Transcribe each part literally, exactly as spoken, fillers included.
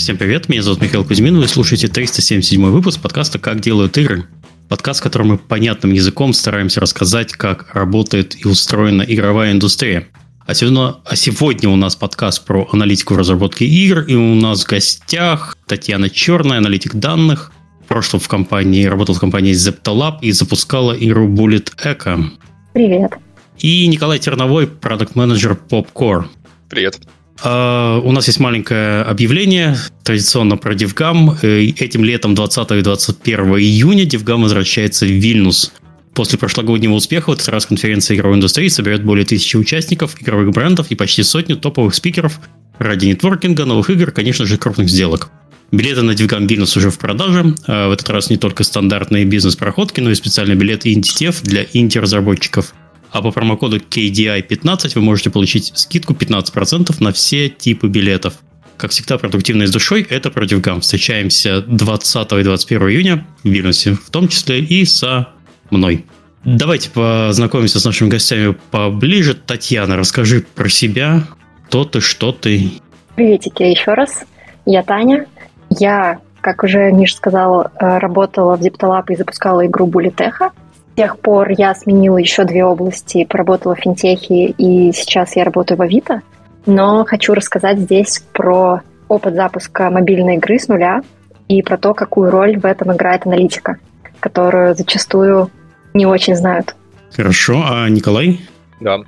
Всем привет, меня зовут Михаил Кузьмин, вы слушаете триста семьдесят седьмой выпуск подкаста «Как делают игры». Подкаст, в котором мы понятным языком стараемся рассказать, как работает и устроена игровая индустрия. А сегодня, а сегодня у нас подкаст про аналитику в разработке игр, и у нас в гостях Татьяна Черная, аналитик данных. В прошлом в компании, работал в компании Zeptolab и запускала игру Bullet Echo. Привет. И Николай Терновой, продакт-менеджер Popcore. Привет. Uh, у нас есть маленькое объявление, традиционно про DevGam. Этим летом, двадцатого и двадцать первого июня, DevGam возвращается в Вильнюс. После прошлогоднего успеха в этот раз конференция игровой индустрии соберет более тысячи участников, игровых брендов и почти сотню топовых спикеров ради нетворкинга, новых игр, конечно же, крупных сделок. Билеты на DevGam Вильнюс уже в продаже. Uh, в этот раз не только стандартные бизнес-проходки, но и специальные билеты IndieTev для инди-разработчиков. А по промокоду кей ди ай пятнадцать вы можете получить скидку пятнадцать процентов на все типы билетов. Как всегда, продуктивно и с душой, это про DevGam. Встречаемся двадцатого и двадцать первого июня в Вильнюсе, в том числе и со мной. Давайте познакомимся с нашими гостями поближе. Татьяна, расскажи про себя. Кто ты, что ты? Приветики еще раз. Я Таня. Я, как уже Миша сказал, работала в Zeptolab и запускала игру Bullet Echo. С тех пор я сменила еще две области, поработала в финтехе, и сейчас я работаю в Авито. Но хочу рассказать здесь про опыт запуска мобильной игры с нуля и про то, какую роль в этом играет аналитика, которую зачастую не очень знают. Хорошо. А Николай? Да,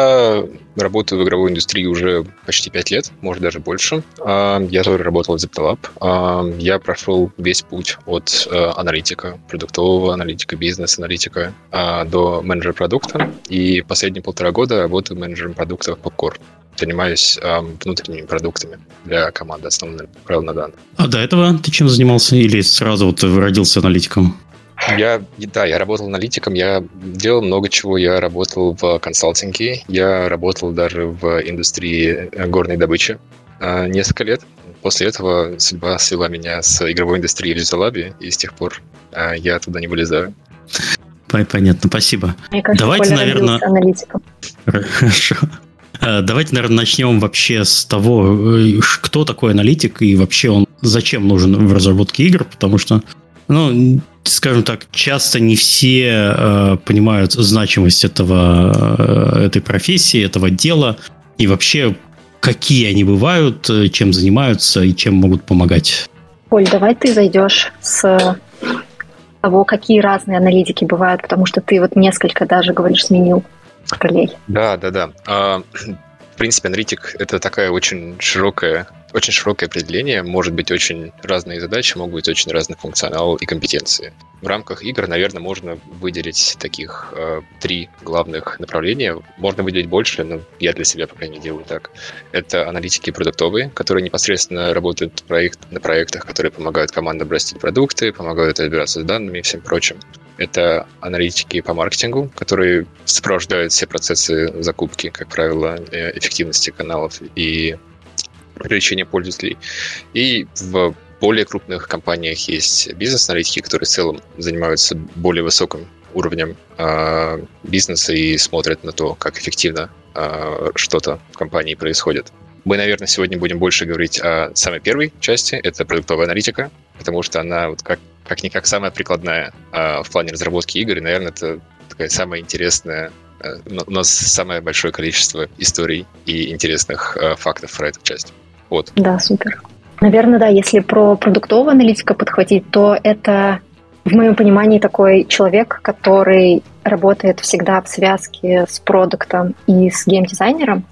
я работаю в игровой индустрии уже почти пять лет, может даже больше. Я тоже работал в Zeptolab. Я прошел весь путь от аналитика, продуктового аналитика, бизнес-аналитика до менеджера продукта. И последние полтора года работаю менеджером продукта в Popcore. Занимаюсь внутренними продуктами для команды, основанной, как правило, на данных. А до этого ты чем занимался? Или сразу вот родился аналитиком? Я, да, я работал аналитиком, я делал много чего, я работал в консалтинге, я работал даже в индустрии горной добычи э, несколько лет. После этого судьба свела меня с игровой индустрией в Zeptolab, и с тех пор э, я оттуда не вылезаю. Понятно, спасибо. Мне кажется, Давайте, наверное... аналитиком. Хорошо. Давайте, наверное, начнем вообще с того, кто такой аналитик и вообще он зачем нужен в разработке игр, потому что, ну, скажем так, часто не все э, понимают значимость этого, э, этой профессии, этого дела и вообще какие они бывают, чем занимаются и чем могут помогать. Оль, давай ты зайдешь с того, какие разные аналитики бывают, потому что ты вот несколько даже, говоришь, сменил ролей. Да, да, да. А, в принципе, аналитик — это такая очень широкая Очень широкое определение, может быть очень разные задачи, могут быть очень разный функционал и компетенции. В рамках игр, наверное, можно выделить таких э, три главных направления. Можно выделить больше, но я для себя, по крайней мере, делаю так. Это аналитики продуктовые, которые непосредственно работают проект, на проектах, которые помогают командам растить продукты, помогают разбираться с данными и всем прочим. Это аналитики по маркетингу, которые сопровождают все процессы закупки, как правило, эффективности каналов и привлечение пользователей. И в более крупных компаниях есть бизнес-аналитики, которые в целом занимаются более высоким уровнем э, бизнеса и смотрят на то, как эффективно э, что-то в компании происходит. Мы, наверное, сегодня будем больше говорить о самой первой части, это продуктовая аналитика, потому что она вот как, как-никак самая прикладная э, в плане разработки игр, и, наверное, это такая самая интересная. У нас самое большое количество историй и интересных э, фактов про эту часть. Вот. Да, супер. Наверное, да, если про продуктового аналитика подхватить, то это, в моем понимании, такой человек, который работает всегда в связке с продуктом и с геймдизайнером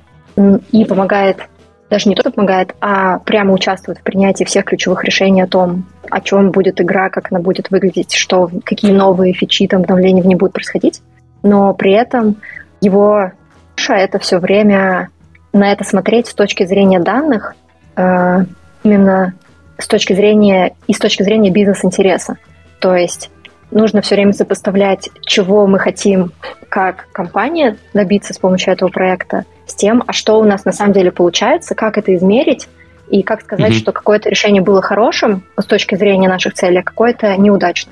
и помогает, даже не только помогает, а прямо участвует в принятии всех ключевых решений о том, о чем будет игра, как она будет выглядеть, что, какие новые фичи, там, обновления в ней будут происходить. Но при этом его это все время на это смотреть с точки зрения данных, э, именно с точки зрения и с точки зрения бизнес-интереса. То есть нужно все время сопоставлять, чего мы хотим как компания добиться с помощью этого проекта, с тем, а что у нас на самом деле получается, как это измерить и как сказать, mm-hmm. что какое-то решение было хорошим с точки зрения наших целей, а какое-то неудачным.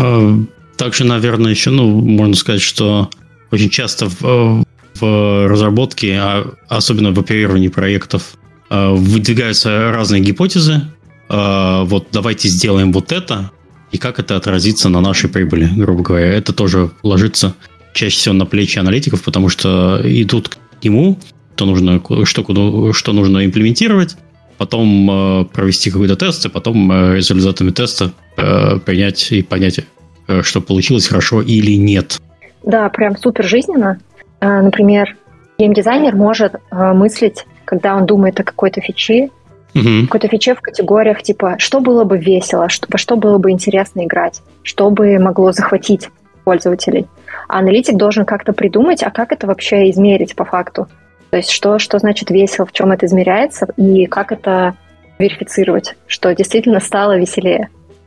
Также, наверное, еще, ну, можно сказать, что очень часто в, в разработке, а особенно в оперировании проектов, выдвигаются разные гипотезы, э, вот давайте сделаем вот это, и как это отразится на нашей прибыли, грубо говоря. Это тоже ложится чаще всего на плечи аналитиков, потому что идут к нему, то нужно, что, что нужно имплементировать, потом э, провести какой-то тест, и потом э, результатами теста э, принять и понять, э, что получилось хорошо или нет. Да, прям супер жизненно. Э, например, геймдизайнер может э, мыслить, когда он думает о какой-то фиче, Uh-huh. какой-то фиче в категориях типа, что было бы весело, что, во что было бы интересно играть, что бы могло захватить пользователей. А аналитик должен как-то придумать, а как это вообще измерить по факту. То есть что, что значит весело, в чем это измеряется, и как это верифицировать, что действительно стало веселее.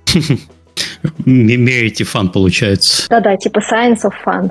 Мерите фан, получается. Да-да, типа science of fun.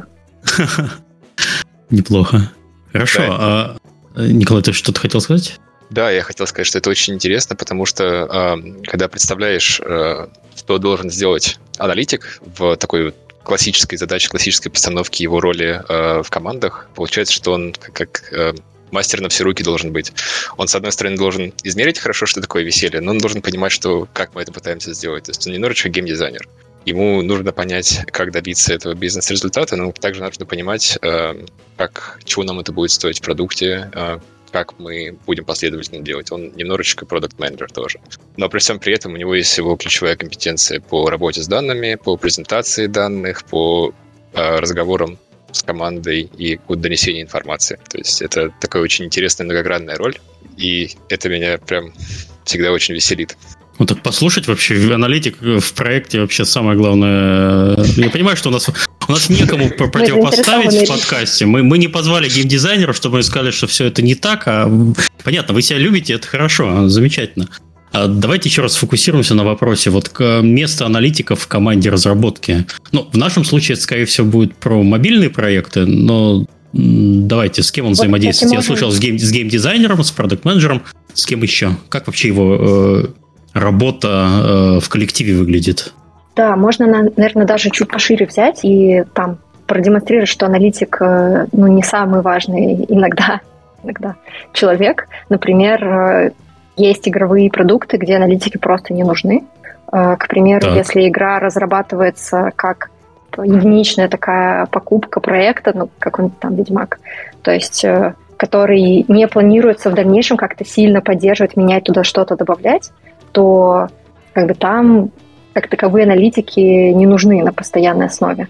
Неплохо. Хорошо. Николай, ты что-то хотел сказать? Да, я хотел сказать, что это очень интересно, потому что э, когда представляешь, э, что должен сделать аналитик в такой вот классической задаче, классической постановке его роли э, в командах, получается, что он как, как э, мастер на все руки должен быть. Он, с одной стороны, должен измерить хорошо, что такое веселье, но он должен понимать, что, как мы это пытаемся сделать. То есть он немножечко геймдизайнер. Ему нужно понять, как добиться этого бизнес-результата, но также нужно понимать, э, как, чего нам это будет стоить в продукте, э, как мы будем последовательно делать. Он немножечко продакт-менеджер тоже. Но при всем при этом у него есть его ключевая компетенция по работе с данными, по презентации данных, по э, разговорам с командой и по донесению информации. То есть это такая очень интересная многогранная роль, и это меня прям всегда очень веселит. Ну так послушать вообще, аналитик в проекте вообще самое главное. Я понимаю, что у нас, у нас некому противопоставить в подкасте. Мы, мы не позвали геймдизайнеров, чтобы мы сказали, что все это не так. А понятно, вы себя любите, это хорошо, замечательно. А давайте еще раз сфокусируемся на вопросе. Вот место аналитиков в команде разработки. Ну, в нашем случае это, скорее всего, будет про мобильные проекты, но давайте, с кем он вот взаимодействует? Я можем... слышал, с, гейм, с геймдизайнером, с продакт-менеджером, с кем еще? Как вообще его... работа э, в коллективе выглядит? Да, можно, наверное, даже чуть пошире взять и там продемонстрировать, что аналитик э, ну, не самый важный иногда, иногда человек. Например, э, есть игровые продукты, где аналитики просто не нужны. Э, к примеру, так. если игра разрабатывается как единичная такая покупка проекта, ну, как он там, Ведьмак, то есть э, который не планируется в дальнейшем как-то сильно поддерживать, менять туда что-то, добавлять, то как бы там как таковые аналитики не нужны на постоянной основе.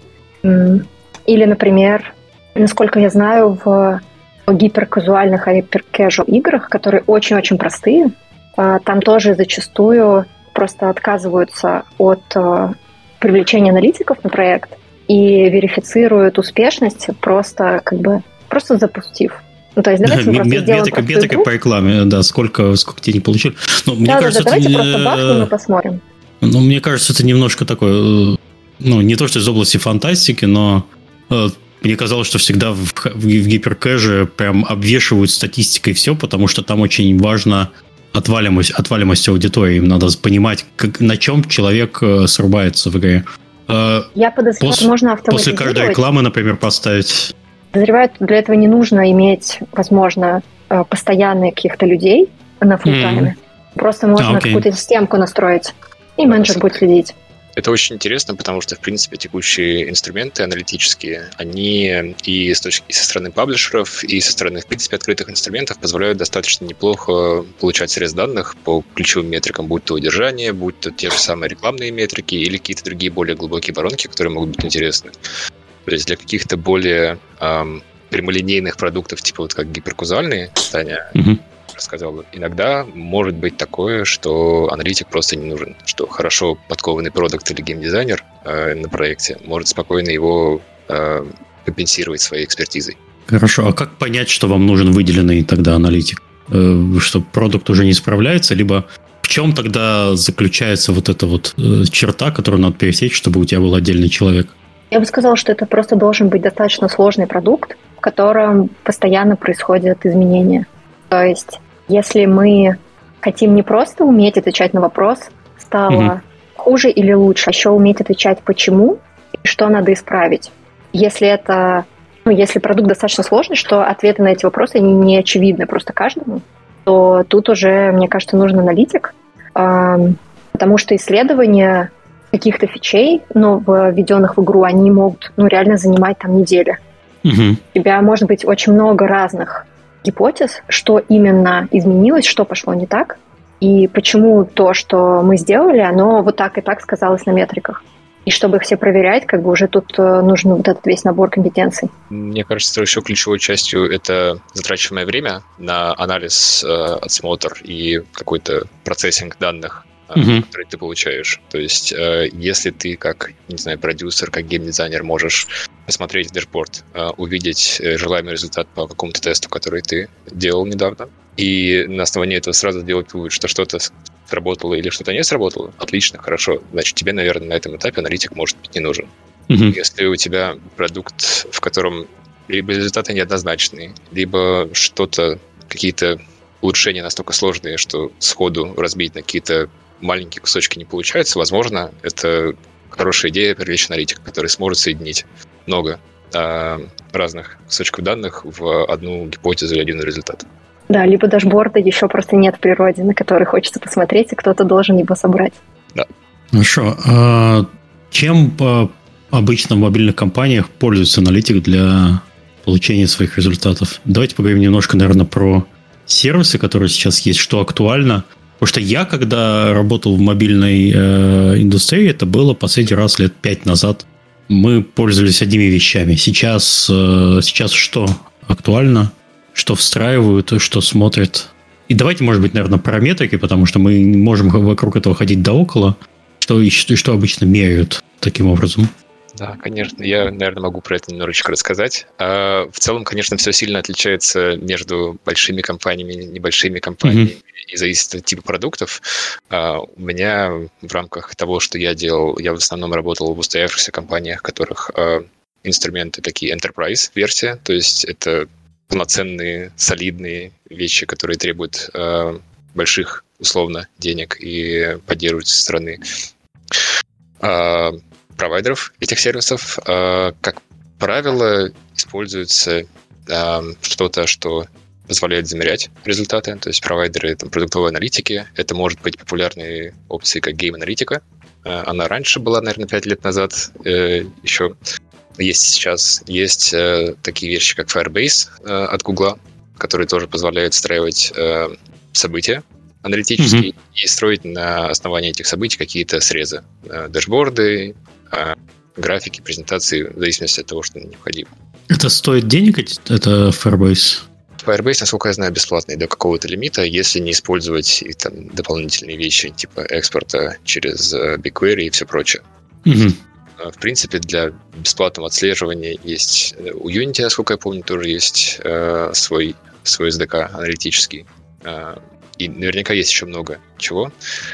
Или, например, насколько я знаю, в гиперказуальных, гиперкэжуал играх, которые очень-очень простые, там тоже зачастую просто отказываются от привлечения аналитиков на проект и верифицируют успешность, просто как бы просто запустив. Ну, то есть давайте мы просто сделаем метрика, метрика по рекламе, да, сколько, сколько денег получили. Но, мне да, кажется, да, да, давайте это, просто бахнем и посмотрим. Ну, мне кажется, это немножко такое, ну, не то, что из области фантастики, но э, мне казалось, что всегда в, в, в гиперкэже прям обвешивают статистикой все, потому что там очень важна отвалимость, отвалимость аудитории. Им надо понимать, как, на чем человек э, срубается в игре. Э, Я подозреваю, пос, можно автоматизировать. После каждой рекламы, например, поставить... Подозреваю, для этого не нужно иметь, возможно, постоянные каких-то людей на фуллтайме. Mm. Просто можно ah, okay. какую-то системку настроить, и менеджер будет следить. Это очень интересно, потому что, в принципе, текущие инструменты аналитические, они и, с точки, и со стороны паблишеров, и со стороны, в принципе, открытых инструментов позволяют достаточно неплохо получать срез данных по ключевым метрикам, будь то удержание, будь то те же самые рекламные метрики или какие-то другие более глубокие воронки, которые могут быть интересны. То есть для каких-то более эм, прямолинейных продуктов, типа вот как гиперказуальные, Таня mm-hmm. рассказала, иногда может быть такое, что аналитик просто не нужен, что хорошо подкованный продукт или геймдизайнер э, на проекте может спокойно его э, компенсировать своей экспертизой. Хорошо, а как понять, что вам нужен выделенный тогда аналитик? Э, что продукт уже не справляется, либо в чем тогда заключается вот эта вот э, черта, которую надо пересечь, чтобы у тебя был отдельный человек? Я бы сказала, что это просто должен быть достаточно сложный продукт, в котором постоянно происходят изменения. То есть, если мы хотим не просто уметь отвечать на вопрос, стало mm-hmm. хуже или лучше, а еще уметь отвечать почему и что надо исправить. Если это, ну, если продукт достаточно сложный, что ответы на эти вопросы они не очевидны просто каждому, то тут уже, мне кажется, нужен аналитик. Потому что исследования каких-то фичей, но введенных в игру, они могут ну, реально занимать там недели. Угу. У тебя может быть очень много разных гипотез, что именно изменилось, что пошло не так, и почему то, что мы сделали, оно вот так и так сказалось на метриках. И чтобы их все проверять, как бы уже тут нужен вот этот весь набор компетенций. Мне кажется, что еще ключевой частью это затрачиваемое время на анализ, э, отсмотр и какой-то процессинг данных, э, uh-huh. которые ты получаешь. То есть, э, если ты как, не знаю, продюсер, как геймдизайнер можешь посмотреть дэшборд, э, увидеть желаемый результат по какому-то тесту, который ты делал недавно, и на основании этого сразу сделать вывод, что что-то сработало или что-то не сработало, отлично, хорошо. Значит, тебе, наверное, на этом этапе аналитик может быть не нужен. Uh-huh. Если у тебя продукт, в котором либо результаты неоднозначные, либо что-то, какие-то улучшения настолько сложные, что сходу разбить на какие-то маленькие кусочки не получается, возможно, это хорошая идея привлечь аналитика, который сможет соединить много э, разных кусочков данных в одну гипотезу или один результат. Да, либо дашборда еще просто нет в природе, на который хочется посмотреть, и кто-то должен его собрать. Да. Хорошо. А чем по обычно в мобильных компаниях пользуется аналитик для получения своих результатов? Давайте поговорим немножко, наверное, про сервисы, которые сейчас есть, что актуально. Потому что я, когда работал в мобильной э, индустрии, это было последний раз лет пять назад. Мы пользовались одними вещами. Сейчас, э, сейчас что актуально? Что встраивают, что смотрят. И давайте, может быть, наверное, про метрики, потому что мы можем вокруг этого ходить до около. Что, и что обычно меряют таким образом? Да, конечно. Я, наверное, могу про это немножечко рассказать. В целом, конечно, все сильно отличается между большими компаниями и небольшими компаниями. Mm-hmm. И зависит от типа продуктов. У меня в рамках того, что я делал, я в основном работал в устоявшихся компаниях, в которых инструменты такие enterprise-версия. То есть это полноценные, солидные вещи, которые требуют э, больших, условно, денег и поддерживаются со стороны э, провайдеров этих сервисов. Э, как правило, используется э, что-то, что позволяет замерять результаты, то есть провайдеры там, продуктовой аналитики. Это может быть популярной опцией, как гейм-аналитика. Э, она раньше была, наверное, пять лет назад э, еще. Есть сейчас. Есть э, такие вещи, как Firebase э, от Google, которые тоже позволяют встраивать э, события аналитические mm-hmm. и строить на основании этих событий какие-то срезы. Э, дэшборды, э, графики, презентации, в зависимости от того, что необходимо. Это стоит денег, это Firebase? Firebase, насколько я знаю, бесплатный до какого-то лимита, если не использовать и, там, дополнительные вещи, типа экспорта через э, BigQuery и все прочее. Mm-hmm. В принципе, для бесплатного отслеживания есть у Unity, насколько я помню, тоже есть э, свой, свой эс ди кей аналитический. Э, и наверняка есть еще много чего.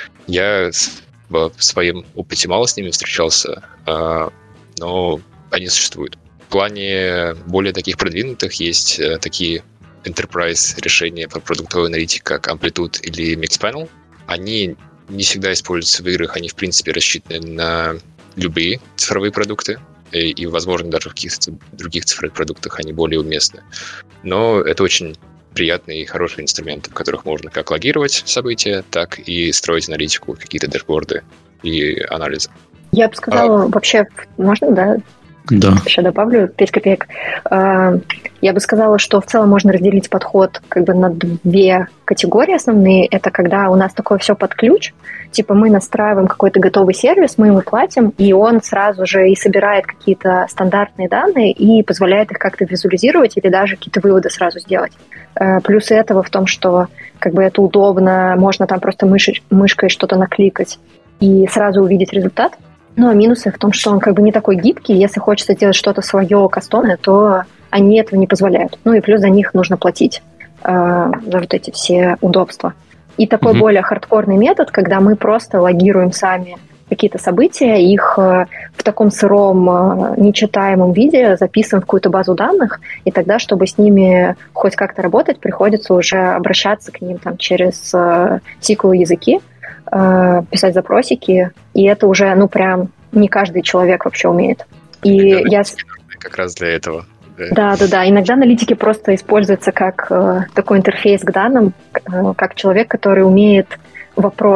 Я в своем опыте мало с ними встречался, э, но они существуют. В плане более таких продвинутых есть э, такие enterprise решения по продуктовой аналитике, как Amplitude или Mixpanel. Они не всегда используются в играх, они, в принципе, рассчитаны на любые цифровые продукты, и, и, возможно, даже в каких-то других цифровых продуктах они более уместны. Но это очень приятные и хорошие инструменты, в которых можно как логировать события, так и строить аналитику, какие-то дэшборды и анализы. Я бы сказала, а... вообще, можно, да? Да. Еще добавлю пять копеек. Я бы сказала, что в целом можно разделить подход как бы на две категории основные. Это когда у нас такое все под ключ, типа мы настраиваем какой-то готовый сервис, мы ему платим, и он сразу же и собирает какие-то стандартные данные и позволяет их как-то визуализировать или даже какие-то выводы сразу сделать. Плюсы этого в том, что как бы это удобно, можно там просто мыш- мышкой что-то накликать и сразу увидеть результат. Ну, а минусы в том, что он как бы не такой гибкий. Если хочется делать что-то свое, кастомное, то они этого не позволяют. Ну, и плюс за них нужно платить э, за вот эти все удобства. И такой mm-hmm. более хардкорный метод, когда мы просто логируем сами какие-то события, их э, в таком сыром, э, нечитаемом виде записываем в какую-то базу данных, и тогда, чтобы с ними хоть как-то работать, приходится уже обращаться к ним там, через э, эс ку эль-языки, писать запросики, и это уже, ну, прям не каждый человек вообще умеет. И да, я... Как раз для этого. Да, да, да. Иногда аналитики просто используются как э, такой интерфейс к данным, э, как человек, который умеет вопрос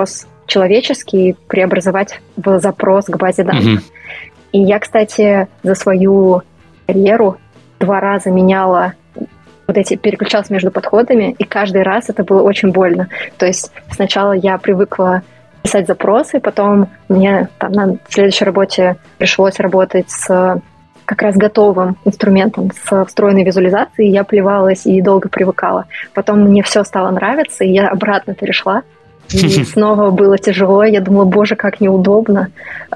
человеческий преобразовать в запрос к базе данных. Mm-hmm. И я, кстати, за свою карьеру два раза меняла вот эти, переключалась между подходами, и каждый раз это было очень больно. То есть сначала я привыкла писать запросы, потом мне там, на следующей работе пришлось работать с как раз готовым инструментом, с встроенной визуализацией, я плевалась и долго привыкала. Потом мне все стало нравиться, и я обратно перешла. И снова было тяжело, я думала, боже, как неудобно,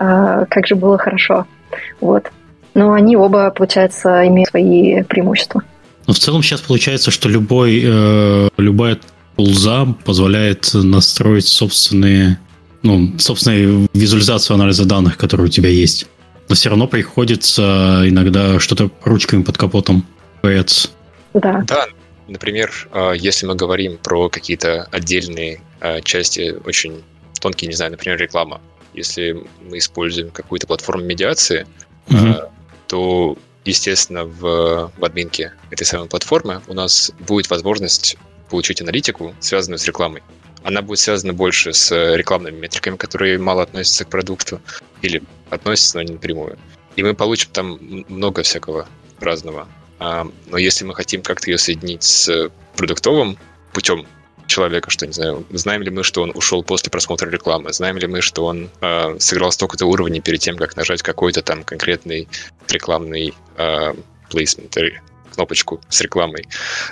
как же было хорошо. Вот. Но они оба, получается, имеют свои преимущества. Но в целом сейчас получается, что любой, э, любая тулза позволяет настроить собственные, ну, собственную визуализацию анализа данных, которые у тебя есть. Но все равно приходится иногда что-то ручками под капотом появляться. Да. Да, например, если мы говорим про какие-то отдельные части, очень тонкие, не знаю, например, реклама. Если мы используем какую-то платформу медиации, uh-huh. то, естественно, в, в админке этой самой платформы у нас будет возможность получить аналитику, связанную с рекламой. Она будет связана больше с рекламными метриками, которые мало относятся к продукту, или относятся, но не напрямую. И мы получим там много всякого разного. Но если мы хотим как-то ее соединить с продуктовым путем человека, что, не знаю, знаем ли мы, что он ушел после просмотра рекламы, знаем ли мы, что он э, сыграл столько-то уровней перед тем, как нажать какой-то там конкретный рекламный э, плейсмент, кнопочку с рекламой.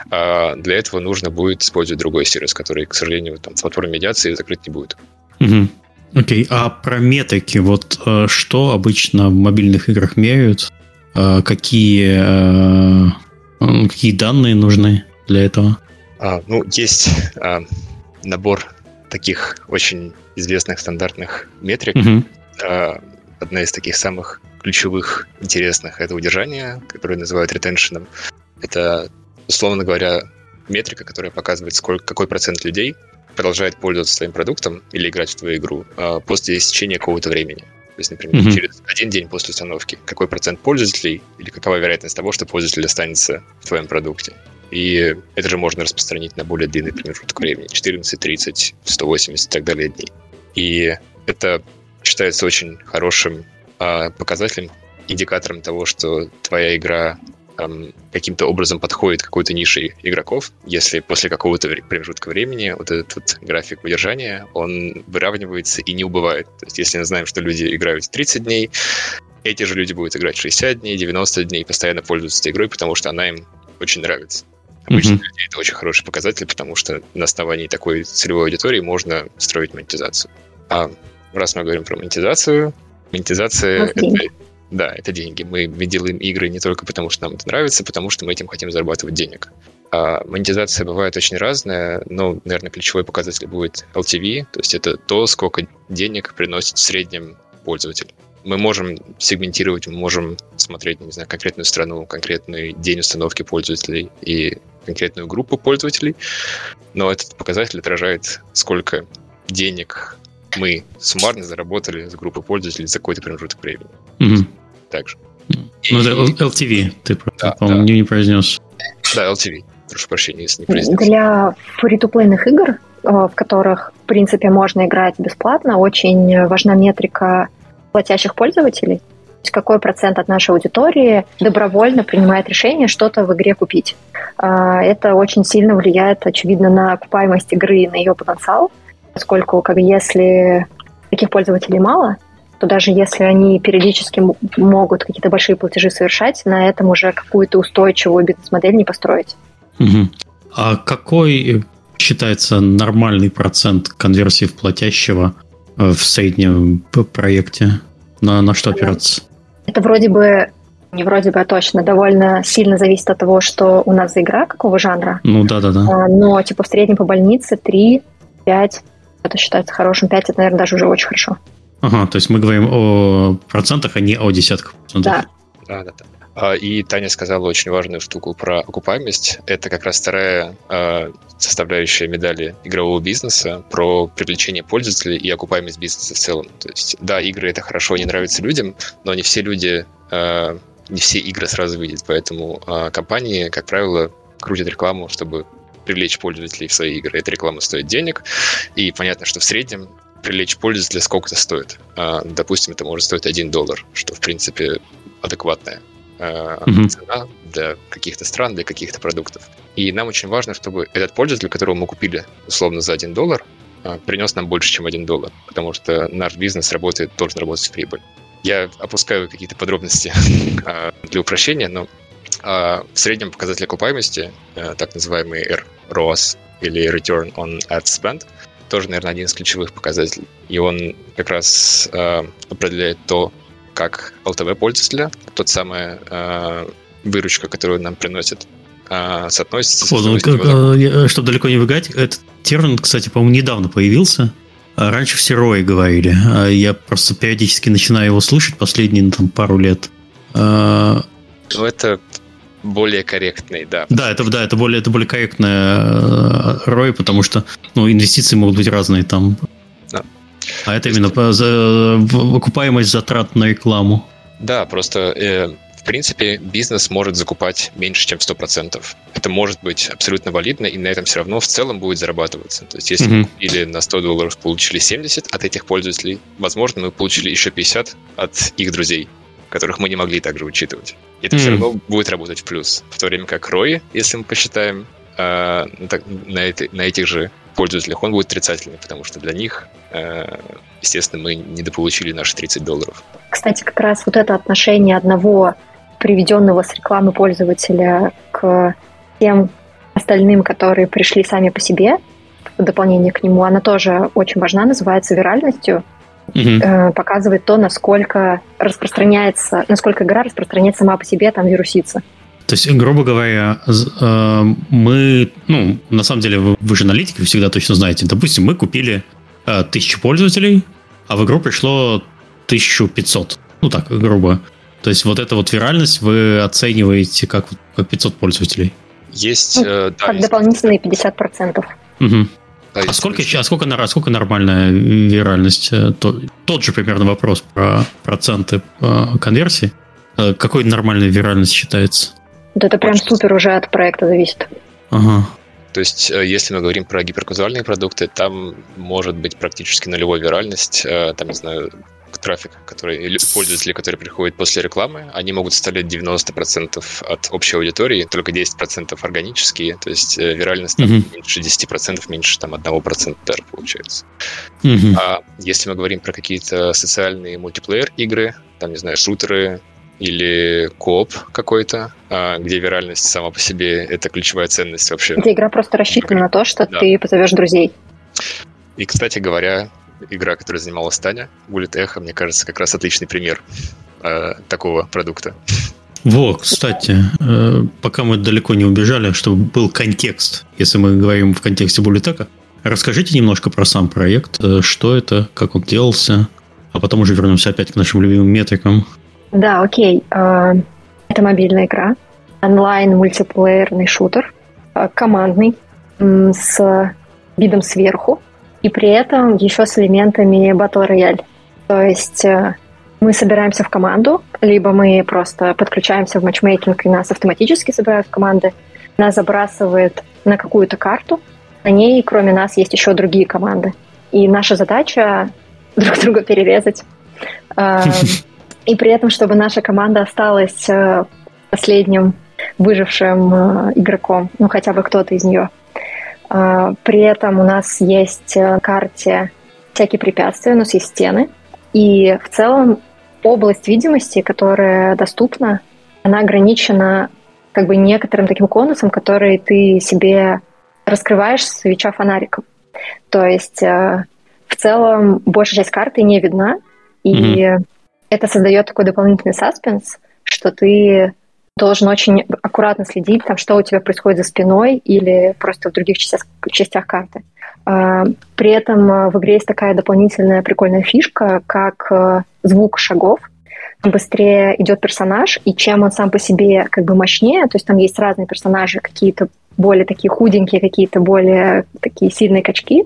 Э, для этого нужно будет использовать другой сервис, который, к сожалению, там, с платформой медиации закрыть не будет. Угу. Окей, а про метрики, вот э, что обычно в мобильных играх меряют? Э, какие, э, какие данные нужны для этого? А, ну, есть а, набор таких очень известных стандартных метрик. Mm-hmm. А, одна из таких самых ключевых, интересных — это удержание, которое называют ретеншеном. Это, условно говоря, метрика, которая показывает, сколько, какой процент людей продолжает пользоваться твоим продуктом или играть в твою игру а, после истечения какого-то времени. То есть, например, mm-hmm. через один день после установки какой процент пользователей или какова вероятность того, что пользователь останется в твоем продукте. И это же можно распространить на более длинный промежуток времени. четырнадцать, тридцать, сто восемьдесят и так далее дней. И это считается очень хорошим а, показателем, индикатором того, что твоя игра а, каким-то образом подходит к какой-то нише игроков. Если после какого-то промежутка времени вот этот вот график удержания, он выравнивается и не убывает. То есть если мы знаем, что люди играют тридцать дней, эти же люди будут играть шестьдесят дней, девяносто дней, постоянно пользоваться этой игрой, потому что она им очень нравится. Обычно mm-hmm. для людей это очень хороший показатель, потому что на основании такой целевой аудитории можно строить монетизацию. А раз мы говорим про монетизацию, монетизация — это, да, это деньги. Мы, мы делаем игры не только потому, что нам это нравится, потому что мы этим хотим зарабатывать денег. А монетизация бывает очень разная, но, наверное, ключевой показатель будет эл ти ви, то есть это то, сколько денег приносит в среднем пользователь. Мы можем сегментировать, мы можем смотреть, не знаю, конкретную страну, конкретный день установки пользователей и конкретную группу пользователей, но этот показатель отражает, сколько денег мы суммарно заработали с группы пользователей за какой-то промежуток времени. Mm-hmm. Также. И... Ну, это эл ти ви, ты, да, по-моему, да. не произнес. Да, эл ти ви. Прошу прощения, если не произнес. Для фри-ту-плейных игр, в которых, в принципе, можно играть бесплатно, очень важна метрика платящих пользователей. То есть какой процент от нашей аудитории добровольно принимает решение что-то в игре купить. Это очень сильно влияет, очевидно, на окупаемость игры и на ее потенциал, поскольку как, если таких пользователей мало, то даже если они периодически могут какие-то большие платежи совершать, на этом уже какую-то устойчивую бизнес-модель не построить. Угу. А какой считается нормальный процент конверсии в платящего в среднем проекте? На, на что опираться? Это вроде бы, не вроде бы, а точно, довольно сильно зависит от того, что у нас за игра, какого жанра. Ну да-да-да. Но типа в среднем по больнице три-пять, это считается хорошим. пять это, наверное, даже уже очень хорошо. Ага, то есть мы говорим о процентах, а не о десятках процентов. Да. Да, да, да. И Таня сказала очень важную штуку про окупаемость. Это как раз вторая э, составляющая медали игрового бизнеса про привлечение пользователей и окупаемость бизнеса в целом. То есть, да, игры — это хорошо, они нравятся людям, но не все люди, э, не все игры сразу видят. Поэтому э, компании, как правило, крутят рекламу, чтобы привлечь пользователей в свои игры. Эта реклама стоит денег, и понятно, что в среднем привлечь пользователя, сколько это стоит. Допустим, это может стоить один доллар, что, в принципе, адекватная mm-hmm. цена для каких-то стран, для каких-то продуктов. И нам очень важно, чтобы этот пользователь, которого мы купили условно за один доллар, принес нам больше, чем один доллар, потому что наш бизнес работает, должен работать в прибыль. Я опускаю какие-то подробности для упрощения, но в среднем показатель окупаемости, так называемый эр о эс или Return on Ad Spend, тоже, наверное, один из ключевых показателей. И он как раз определяет то, как эл ти ви пользователя, тот самая выручка, которую нам приносит, соотносится с... Вот, как, чтобы далеко не выгать, этот термин, кстати, по-моему, недавно появился. Раньше все рои говорили. Я просто периодически начинаю его слышать последние там, пару лет. Ну, это более корректный, да. Да, это, да, это более, это более корректная рой, потому что ну, инвестиции могут быть разные там. Да. А это именно за, окупаемость затрат на рекламу. Да, просто... Э... В принципе, бизнес может закупать меньше, чем сто процентов. Это может быть абсолютно валидно, и на этом все равно в целом будет зарабатываться. То есть, если mm-hmm. мы купили на сто долларов, получили семьдесят от этих пользователей, возможно, мы получили еще пятьдесят от их друзей, которых мы не могли также учитывать. И это mm-hmm. все равно будет работать в плюс. В то время как рой, если мы посчитаем э, на, эти, на этих же пользователях, он будет отрицательный, потому что для них, э, естественно, мы недополучили наши тридцать долларов. Кстати, как раз вот это отношение одного приведенного с рекламы пользователя к тем остальным, которые пришли сами по себе, в дополнение к нему, она тоже очень важна, называется виральностью. Mm-hmm. Э, показывает то, насколько распространяется, насколько игра распространяется сама по себе, там вирусится. То есть, грубо говоря, мы, ну, на самом деле, вы, вы же аналитики, вы всегда точно знаете. Допустим, мы купили э, тысячу пользователей, а в игру пришло тысяча пятьсот. Ну так, грубо. То есть вот эта вот виральность вы оцениваете как, как пятьсот пользователей? Есть, ну, э, да, как есть дополнительные пятьдесят процентов. Угу. Да, а сколько, а сколько, сколько нормальная виральность? Тот, тот же примерно вопрос про проценты конверсии. Какой нормальная виральность считается? Да это прям Очень супер уже от проекта зависит. Ага. То есть, если мы говорим про гиперказуальные продукты, там может быть практически нулевая виральность. Там, не знаю, трафик, который, пользователи, которые приходят после рекламы, они могут составлять девяносто процентов от общей аудитории, только десять процентов органические, то есть виральность там, uh-huh. меньше десять процентов, меньше там, один процент даже получается. Uh-huh. А если мы говорим про какие-то социальные мультиплеер-игры, там, не знаю, шутеры или кооп какой-то, где виральность сама по себе — это ключевая ценность вообще. Где игра просто рассчитана на то, что да. ты позовешь друзей. И, кстати говоря, игра, которой занималась Таня, Bullet Echo, мне кажется, как раз отличный пример э, такого продукта. Во, кстати, э, пока мы далеко не убежали, чтобы был контекст, если мы говорим в контексте Bullet Echo, расскажите немножко про сам проект, э, что это, как он делался, а потом уже вернемся опять к нашим любимым метрикам. Да, окей. Э, это мобильная игра, онлайн-мультиплеерный шутер, э, командный, э, с видом сверху, и при этом еще с элементами Battle Royale. То есть э, мы собираемся в команду, либо мы просто подключаемся в матчмейкинг, и нас автоматически собирают в команды. Нас забрасывает на какую-то карту. На ней, кроме нас, есть еще другие команды. И наша задача друг друга перерезать. Э, и при этом, чтобы наша команда осталась э, последним выжившим э, игроком. Ну, хотя бы кто-то из нее. При этом у нас есть на карте всякие препятствия, у нас есть стены. И в целом область видимости, которая доступна, она ограничена как бы некоторым таким конусом, который ты себе раскрываешь, свеча фонариком. То есть в целом большая часть карты не видна, и mm-hmm. это создает такой дополнительный саспенс, что ты должен очень аккуратно следить, там, что у тебя происходит за спиной или просто в других частях, частях карты. При этом в игре есть такая дополнительная прикольная фишка, как звук шагов. Быстрее идет персонаж, и чем он сам по себе как бы мощнее, то есть там есть разные персонажи, какие-то более такие худенькие, какие-то более такие сильные качки,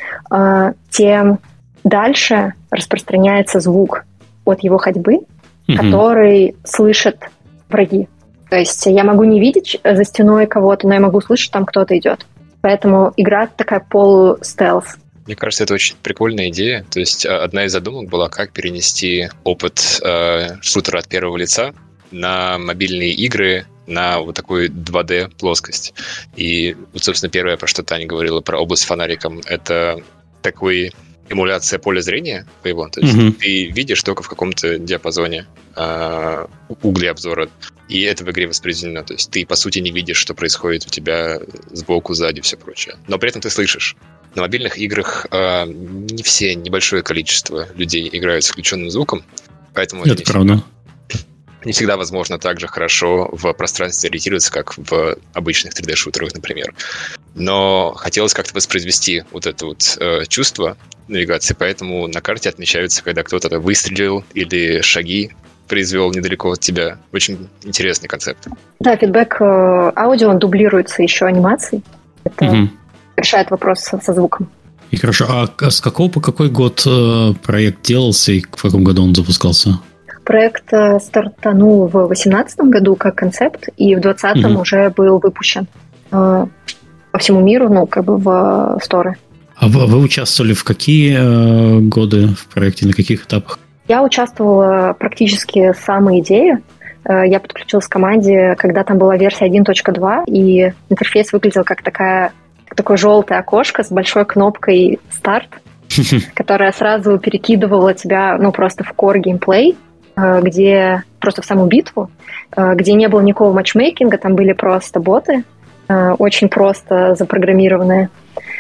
тем дальше распространяется звук от его ходьбы, mm-hmm. который слышат враги. То есть я могу не видеть за стеной кого-то, но я могу слышать, там кто-то идет. Поэтому игра такая полу-стелс. Мне кажется, это очень прикольная идея. То есть одна из задумок была, как перенести опыт э, шутера от первого лица на мобильные игры, на вот такую два дэ-плоскость. И, вот, собственно, первое, про что Таня говорила, про область с фонариком, это такой эмуляция поля зрения твоего. То есть mm-hmm. ты видишь только в каком-то диапазоне э, угли обзора. И это в игре воспроизведено. То есть ты, по сути, не видишь, что происходит у тебя сбоку, сзади, все прочее. Но при этом ты слышишь. На мобильных играх э, не все, небольшое количество людей играют с включенным звуком, поэтому это, это не, правда. Всегда, не всегда возможно так же хорошо в пространстве ориентироваться, как в обычных три дэ-шутерах, например. Но хотелось как-то воспроизвести вот это вот э, чувство навигации, поэтому на карте отмечаются, когда кто-то выстрелил или шаги произвел недалеко от тебя. Очень интересный концепт. Да, фидбэк э, аудио, он дублируется еще анимацией. Это... Угу. решает вопрос со звуком. И хорошо. А с какого по какой год э, проект делался и в каком году он запускался? Проект э, стартанул в две тысячи восемнадцатом году как концепт, и в две тысячи двадцатом угу. уже был выпущен э, по всему миру, ну, как бы в сторы. А вы, вы участвовали в какие э, годы в проекте, на каких этапах? Я участвовала практически с самой идеи. Э, я подключилась к команде, когда там была версия один точка два, и интерфейс выглядел как такая такое желтое окошко с большой кнопкой «Старт», которая сразу перекидывала тебя, ну, просто в core геймплей, где просто в саму битву, где не было никакого матчмейкинга, там были просто боты, очень просто запрограммированные.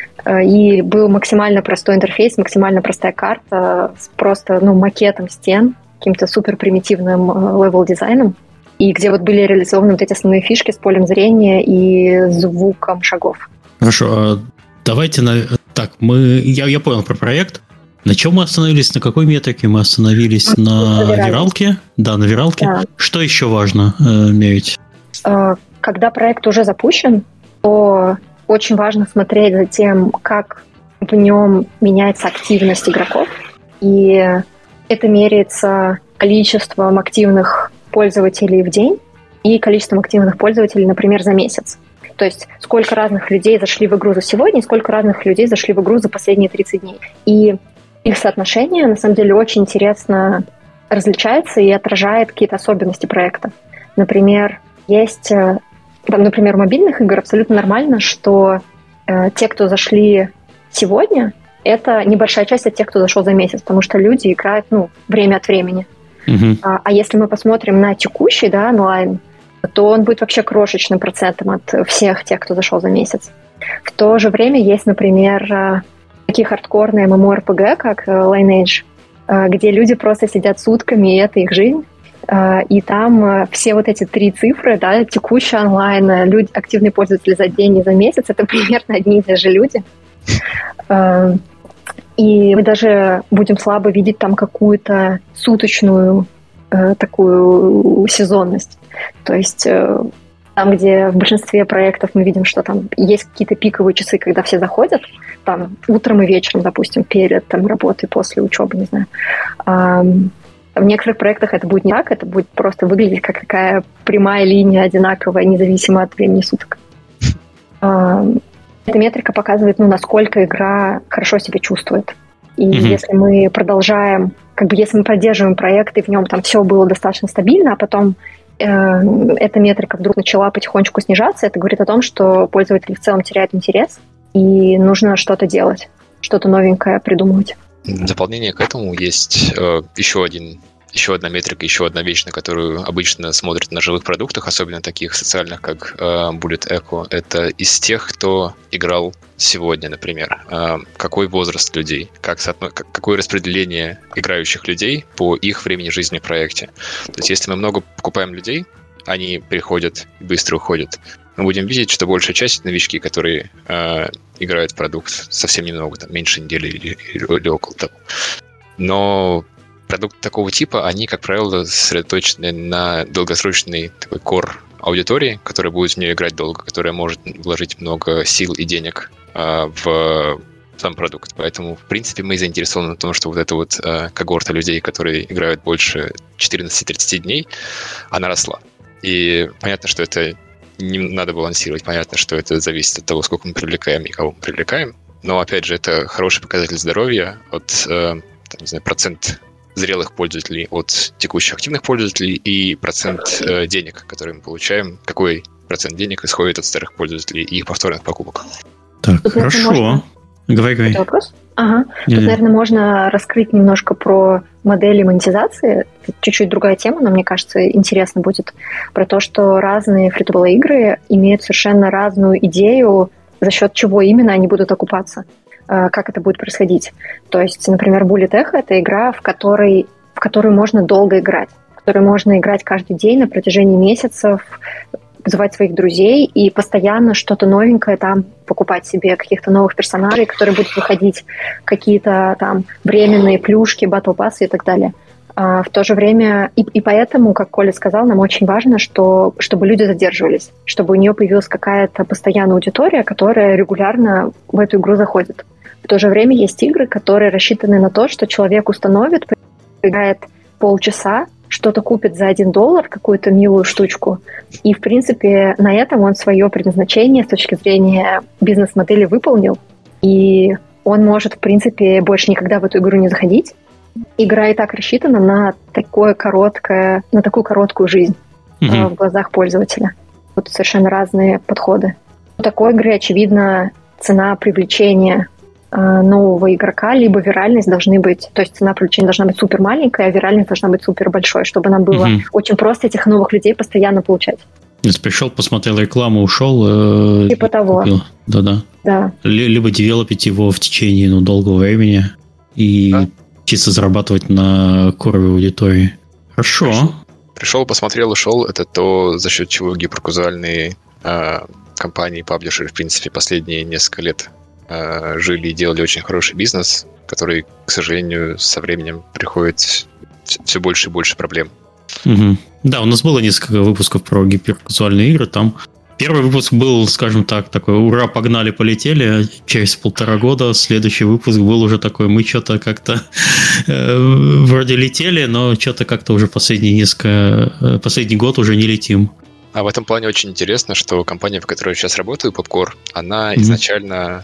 И был максимально простой интерфейс, максимально простая карта с просто, ну, макетом стен, каким-то супер примитивным левел-дизайном, и где вот были реализованы вот эти основные фишки с полем зрения и звуком шагов. Хорошо, давайте на... Так, мы... Я, я понял про проект. На чем мы остановились? На какой метрике мы остановились? На, на виралке? Да, на виралке. Да. Что еще важно э, мерить? Когда проект уже запущен, то очень важно смотреть за тем, как в нем меняется активность игроков. И это меряется количеством активных пользователей в день и количеством активных пользователей, например, за месяц. То есть сколько разных людей зашли в игру за сегодня и сколько разных людей зашли в игру за последние тридцать дней. И их соотношение, на самом деле, очень интересно различается и отражает какие-то особенности проекта. Например, есть, там, например, у мобильных игр абсолютно нормально, что э, те, кто зашли сегодня, это небольшая часть от тех, кто зашел за месяц, потому что люди играют, ну, время от времени. Uh-huh. А, а если мы посмотрим на текущий, да, онлайн, то он будет вообще крошечным процентом от всех тех, кто зашел за месяц. В то же время есть, например, такие хардкорные эм эм о эр пи джи, как Lineage, где люди просто сидят сутками, и это их жизнь. И там все вот эти три цифры, да, текущий онлайн, люди, активные пользователи за день и за месяц, это примерно одни и те же люди. И мы даже будем слабо видеть там какую-то суточную такую сезонность. То есть там, где в большинстве проектов мы видим, что там есть какие-то пиковые часы, когда все заходят, там утром и вечером, допустим, перед там, работой, после учебы, не знаю. А в некоторых проектах это будет не так, это будет просто выглядеть как такая прямая линия, одинаковая, независимо от времени суток. А эта метрика показывает, ну, насколько игра хорошо себя чувствует. И mm-hmm. если мы продолжаем, как бы если мы поддерживаем проект, и в нем там все было достаточно стабильно, а потом э, эта метрика вдруг начала потихонечку снижаться, это говорит о том, что пользователи в целом теряют интерес, и нужно что-то делать, что-то новенькое придумывать. В дополнение к этому есть э, еще один Еще одна метрика, еще одна вещь, на которую обычно смотрят на живых продуктах, особенно таких социальных, как э, Bullet Echo, это из тех, кто играл сегодня, например. Э, какой возраст людей, как соотно... какое распределение играющих людей по их времени жизни в проекте. То есть если мы много покупаем людей, они приходят и быстро уходят, мы будем видеть, что большая часть новички, которые э, играют в продукт совсем немного, там, меньше недели или, или, или около того. Но продукты такого типа, они, как правило, сосредоточены на долгосрочной такой core аудитории, которая будет в нее играть долго, которая может вложить много сил и денег э, в сам продукт. Поэтому, в принципе, мы заинтересованы в том, что вот эта вот э, когорта людей, которые играют больше четырнадцать-тридцать дней, она росла. И понятно, что это не надо балансировать, понятно, что это зависит от того, сколько мы привлекаем и кого мы привлекаем. но, опять же, это хороший показатель здоровья от, э, там, не знаю, процент зрелых пользователей от текущих активных пользователей и процент э, денег, которые мы получаем, какой процент денег исходит от старых пользователей и их повторных покупок. Так, тут, хорошо. Можно... Говори, говори. Это вопрос? Ага. Тут, наверное, можно раскрыть немножко про модели монетизации. Это чуть-чуть другая тема, но мне кажется, интересно будет про то, что разные фри-то-плей игры имеют совершенно разную идею, за счет чего именно они будут окупаться, как это будет происходить. То есть, например, Bullet Echo — это игра, в которой, в которую можно долго играть, в которую можно играть каждый день на протяжении месяцев, звать своих друзей и постоянно что-то новенькое там покупать себе, каких-то новых персонажей, которые будут выходить, какие-то там временные плюшки, батл-пассы и так далее. А в то же время, и, и поэтому, как Коля сказал, нам очень важно, что, чтобы люди задерживались, чтобы у нее появилась какая-то постоянная аудитория, которая регулярно в эту игру заходит. В то же время есть игры, которые рассчитаны на то, что человек установит, играет полчаса, что-то купит за один доллар, какую-то милую штучку, и, в принципе, на этом он свое предназначение с точки зрения бизнес-модели выполнил, и он может, в принципе, больше никогда в эту игру не заходить. Игра и так рассчитана на такое короткое, на такую короткую жизнь mm-hmm. в глазах пользователя. Вот совершенно разные подходы. У такой игры, очевидно, цена привлечения нового игрока, либо виральность должны быть, то есть цена привлечения должна быть супер маленькая, а виральность должна быть супер большой, чтобы нам было угу. очень просто этих новых людей постоянно получать. Если пришел, посмотрел рекламу, ушел. Э, типа того. Да-да. Да. Либо девелопить его в течение ну, долгого времени и да. чисто зарабатывать на коровой аудитории. Хорошо. Пришел, пришел, посмотрел, ушел. Это то, за счет чего гиперказуальные э, компании, паблишеры, в принципе, последние несколько лет жили и делали очень хороший бизнес, который, к сожалению, со временем приходит все больше и больше проблем. Угу. Да, у нас было несколько выпусков про гиперказуальные игры. Там первый выпуск был, скажем так, такой ура, погнали, полетели. Через полтора года следующий выпуск был уже такой, мы что-то как-то э, вроде летели, но что-то как-то уже последние несколько, последний год уже не летим. А в этом плане очень интересно, что компания, в которой я сейчас работаю, Popcore, она mm-hmm. изначально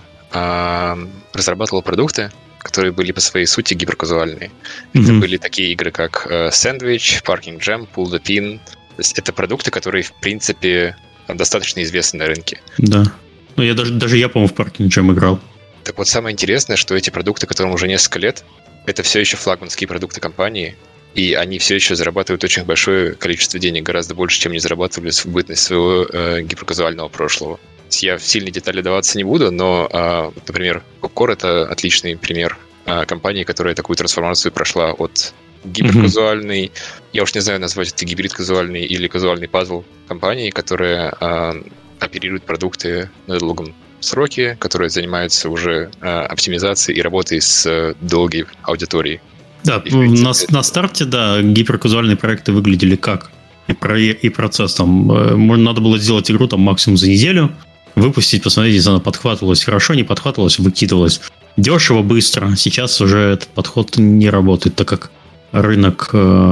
разрабатывал продукты, которые были по своей сути гиперказуальные. Mm-hmm. Это были такие игры, как Sandwich, Parking Jam, Pull the Pin. То есть это продукты, которые, в принципе, достаточно известны на рынке. Да. Ну, я даже, даже я, по-моему, в Parking Jam играл. Так вот, самое интересное, что эти продукты, которым уже несколько лет, это все еще флагманские продукты компании, и они все еще зарабатывают очень большое количество денег, гораздо больше, чем они зарабатывали в бытность своего э, гиперказуального прошлого. Я в сильные детали даваться не буду, но, например, Popcore — это отличный пример компании, которая такую трансформацию прошла от гиперказуальной, mm-hmm. я уж не знаю, назвать это гибрид-казуальный или казуальный пазл компании, которая оперирует продукты на долгом сроке, которая занимается уже оптимизацией и работой с долгой аудиторией. Да, и, принципе, на, на старте, да, гиперказуальные проекты выглядели как и, про, и процесс там. Надо было сделать игру там максимум за неделю, выпустить, посмотреть, если она подхватывалась хорошо, не подхватывалась, выкидывалась. Дешево, быстро. Сейчас уже этот подход не работает, так как рынок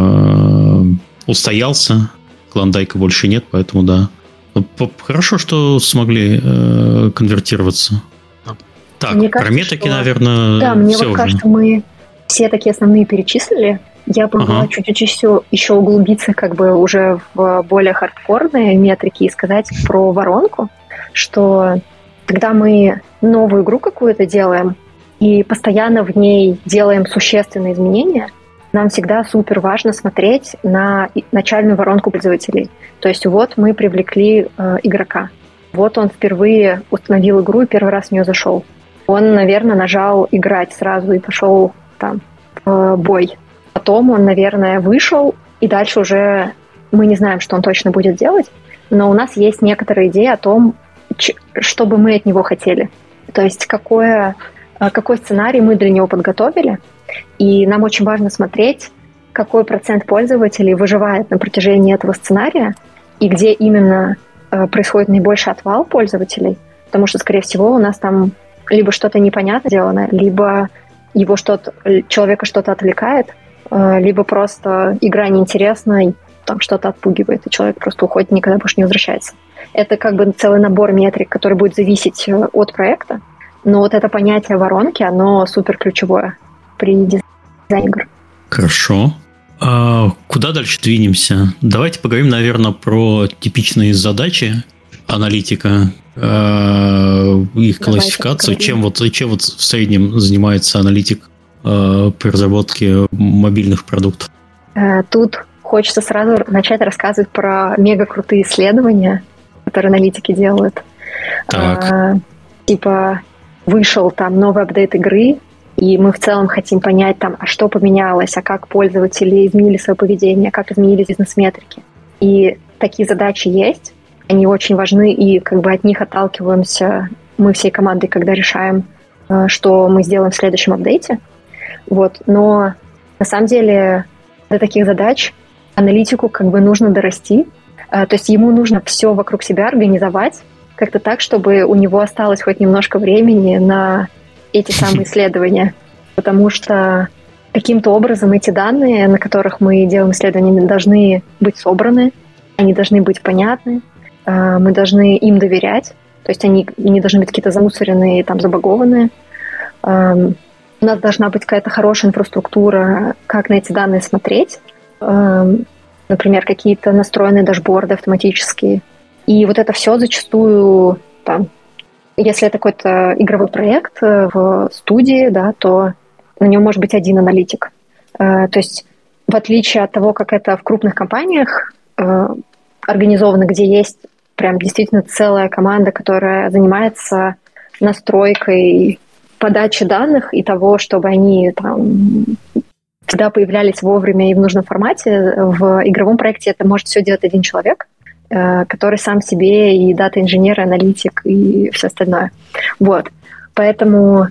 э, устоялся, клондайка больше нет, поэтому да. Хорошо, что смогли э, конвертироваться. Так, мне кажется, про метаки, что... наверное, да, мне вот уже. Кажется, мы все такие основные перечислили. Я бы могла ага. чуть-чуть еще, еще углубиться как бы уже в более хардкорные метрики и сказать про воронку, что когда мы новую игру какую-то делаем и постоянно в ней делаем существенные изменения, нам всегда супер важно смотреть на начальную воронку пользователей. То есть вот мы привлекли э, игрока. Вот он впервые установил игру и первый раз в нее зашел. Он, наверное, нажал играть сразу и пошел там в бой. Потом он, наверное, вышел, и дальше уже мы не знаем, что он точно будет делать, но у нас есть некоторые идеи о том, что бы мы от него хотели. То есть какое, какой сценарий мы для него подготовили, и нам очень важно смотреть, какой процент пользователей выживает на протяжении этого сценария, и где именно происходит наибольший отвал пользователей, потому что, скорее всего, у нас там либо что-то непонятно сделано, либо его что-то, человека что-то отвлекает, либо просто игра неинтересна, и там что-то отпугивает, и человек просто уходит, никогда больше не возвращается. Это как бы целый набор метрик, который будет зависеть от проекта, Но вот это понятие воронки, оно супер ключевое при дизайне игр. Хорошо. А куда дальше двинемся? Давайте поговорим, наверное, про типичные задачи аналитика, их классификацию. Чем вот, чем вот в среднем занимается аналитик при разработке мобильных продуктов? Тут хочется сразу начать рассказывать про мега крутые исследования, которые аналитики делают. Так. А, типа вышел там новый апдейт игры, и мы в целом хотим понять, там, а что поменялось, а как пользователи изменили свое поведение, как изменились бизнес-метрики. И такие задачи есть, они очень важны, и как бы от них отталкиваемся мы всей командой, когда решаем, что мы сделаем в следующем апдейте. Вот. Но на самом деле до таких задач аналитику как бы нужно дорасти. То есть ему нужно все вокруг себя организовать как-то так, чтобы у него осталось хоть немножко времени на эти самые исследования. Потому что каким-то образом эти данные, на которых мы делаем исследования, должны быть собраны, они должны быть понятны, мы должны им доверять, то есть они не должны быть какие-то замусоренные, там, забагованные. У нас должна быть какая-то хорошая инфраструктура, как на эти данные смотреть. Например, какие-то настроенные дашборды автоматические. И вот это все зачастую, там, если это какой-то игровой проект в студии, да, то на нем может быть один аналитик. То есть в отличие от того, как это в крупных компаниях организовано, где есть прям действительно целая команда, которая занимается настройкой подачи данных и того, чтобы они там всегда появлялись вовремя и в нужном формате. В игровом проекте это может все делать один человек, который сам себе и дата-инженер, и аналитик, и все остальное. Вот. Поэтому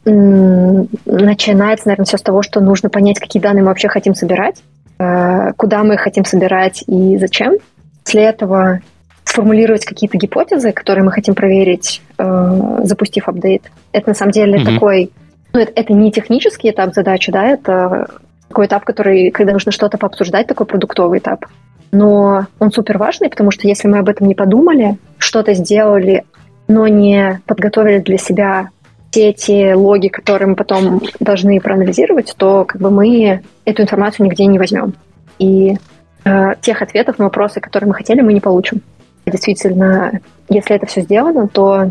м- начинается, наверное, все с того, что нужно понять, какие данные мы вообще хотим собирать, э- куда мы их хотим собирать и зачем. После этого сформулировать какие-то гипотезы, которые мы хотим проверить, э- запустив апдейт. Это, на самом деле, mm-hmm. такой... Ну, это, это не технический этап задачи, да, это такой этап, который, когда нужно что-то пообсуждать, такой продуктовый этап. Но он супер важный, потому что если мы об этом не подумали, что-то сделали, но не подготовили для себя все эти логи, которые мы потом должны проанализировать, то как бы мы эту информацию нигде не возьмем. И э, тех ответов на вопросы, которые мы хотели, мы не получим. Действительно, если это все сделано, то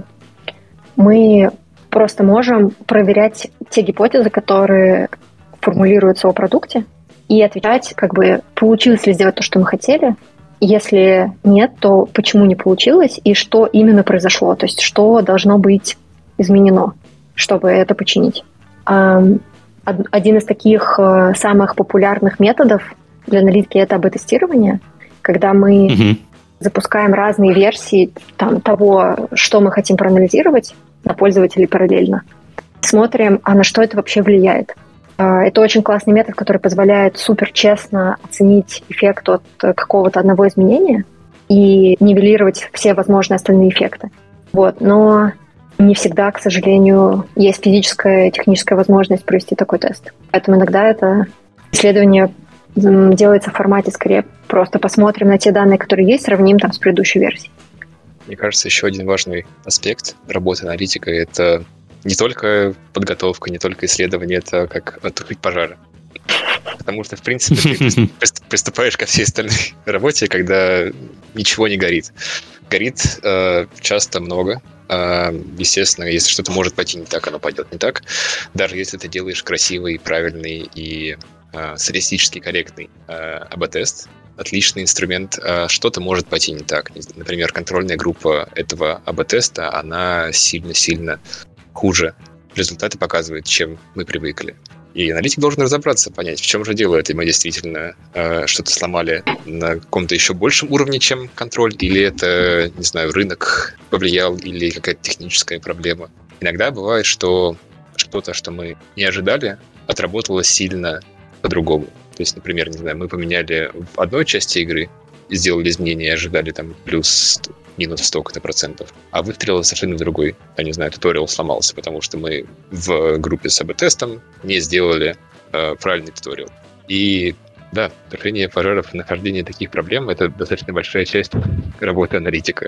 мы просто можем проверять те гипотезы, которые формулируются о продукте, и отвечать, как бы, получилось ли сделать то, что мы хотели. Если нет, то почему не получилось, и что именно произошло, то есть что должно быть изменено, чтобы это починить. Один из таких самых популярных методов для аналитики — это эй би тестирование, когда мы mm-hmm. запускаем разные версии там, того, что мы хотим проанализировать на пользователей параллельно. Смотрим, а на что это вообще влияет. Это очень классный метод, который позволяет супер честно оценить эффект от какого-то одного изменения и нивелировать все возможные остальные эффекты. Вот. Но не всегда, к сожалению, есть физическая и техническая возможность провести такой тест. Поэтому иногда это исследование делается в формате скорее просто посмотрим на те данные, которые есть, сравним там с предыдущей версией. Мне кажется, еще один важный аспект работы аналитика — это не только подготовка, не только исследование, это как отушить пожары. Потому что, в принципе, ты приступаешь ко всей остальной работе, когда ничего не горит. Горит э, часто много. Э, естественно, если что-то может пойти не так, оно пойдет не так. Даже если ты делаешь красивый, правильный и э, статистически корректный э, эй би-тест, отличный инструмент, э, что-то может пойти не так. Например, контрольная группа этого эй би-теста, она сильно-сильно хуже результаты показывает, чем мы привыкли. И аналитик должен разобраться, понять, в чем же дело это. Мы действительно э, что-то сломали на каком-то еще большем уровне, чем контроль, или это, не знаю, рынок повлиял, или какая-то техническая проблема. Иногда бывает, что что-то, что мы не ожидали, отработало сильно по-другому. То есть, например, не знаю, мы поменяли в одной части игры, сделали изменения и ожидали там плюс минус столько-то процентов, а выстрелило совершенно в другой. Я не знаю, туториал сломался, потому что мы в группе с эй би-тестом не сделали э, правильный туториал. И да, тушение пожаров, нахождение таких проблем — это достаточно большая часть работы аналитика.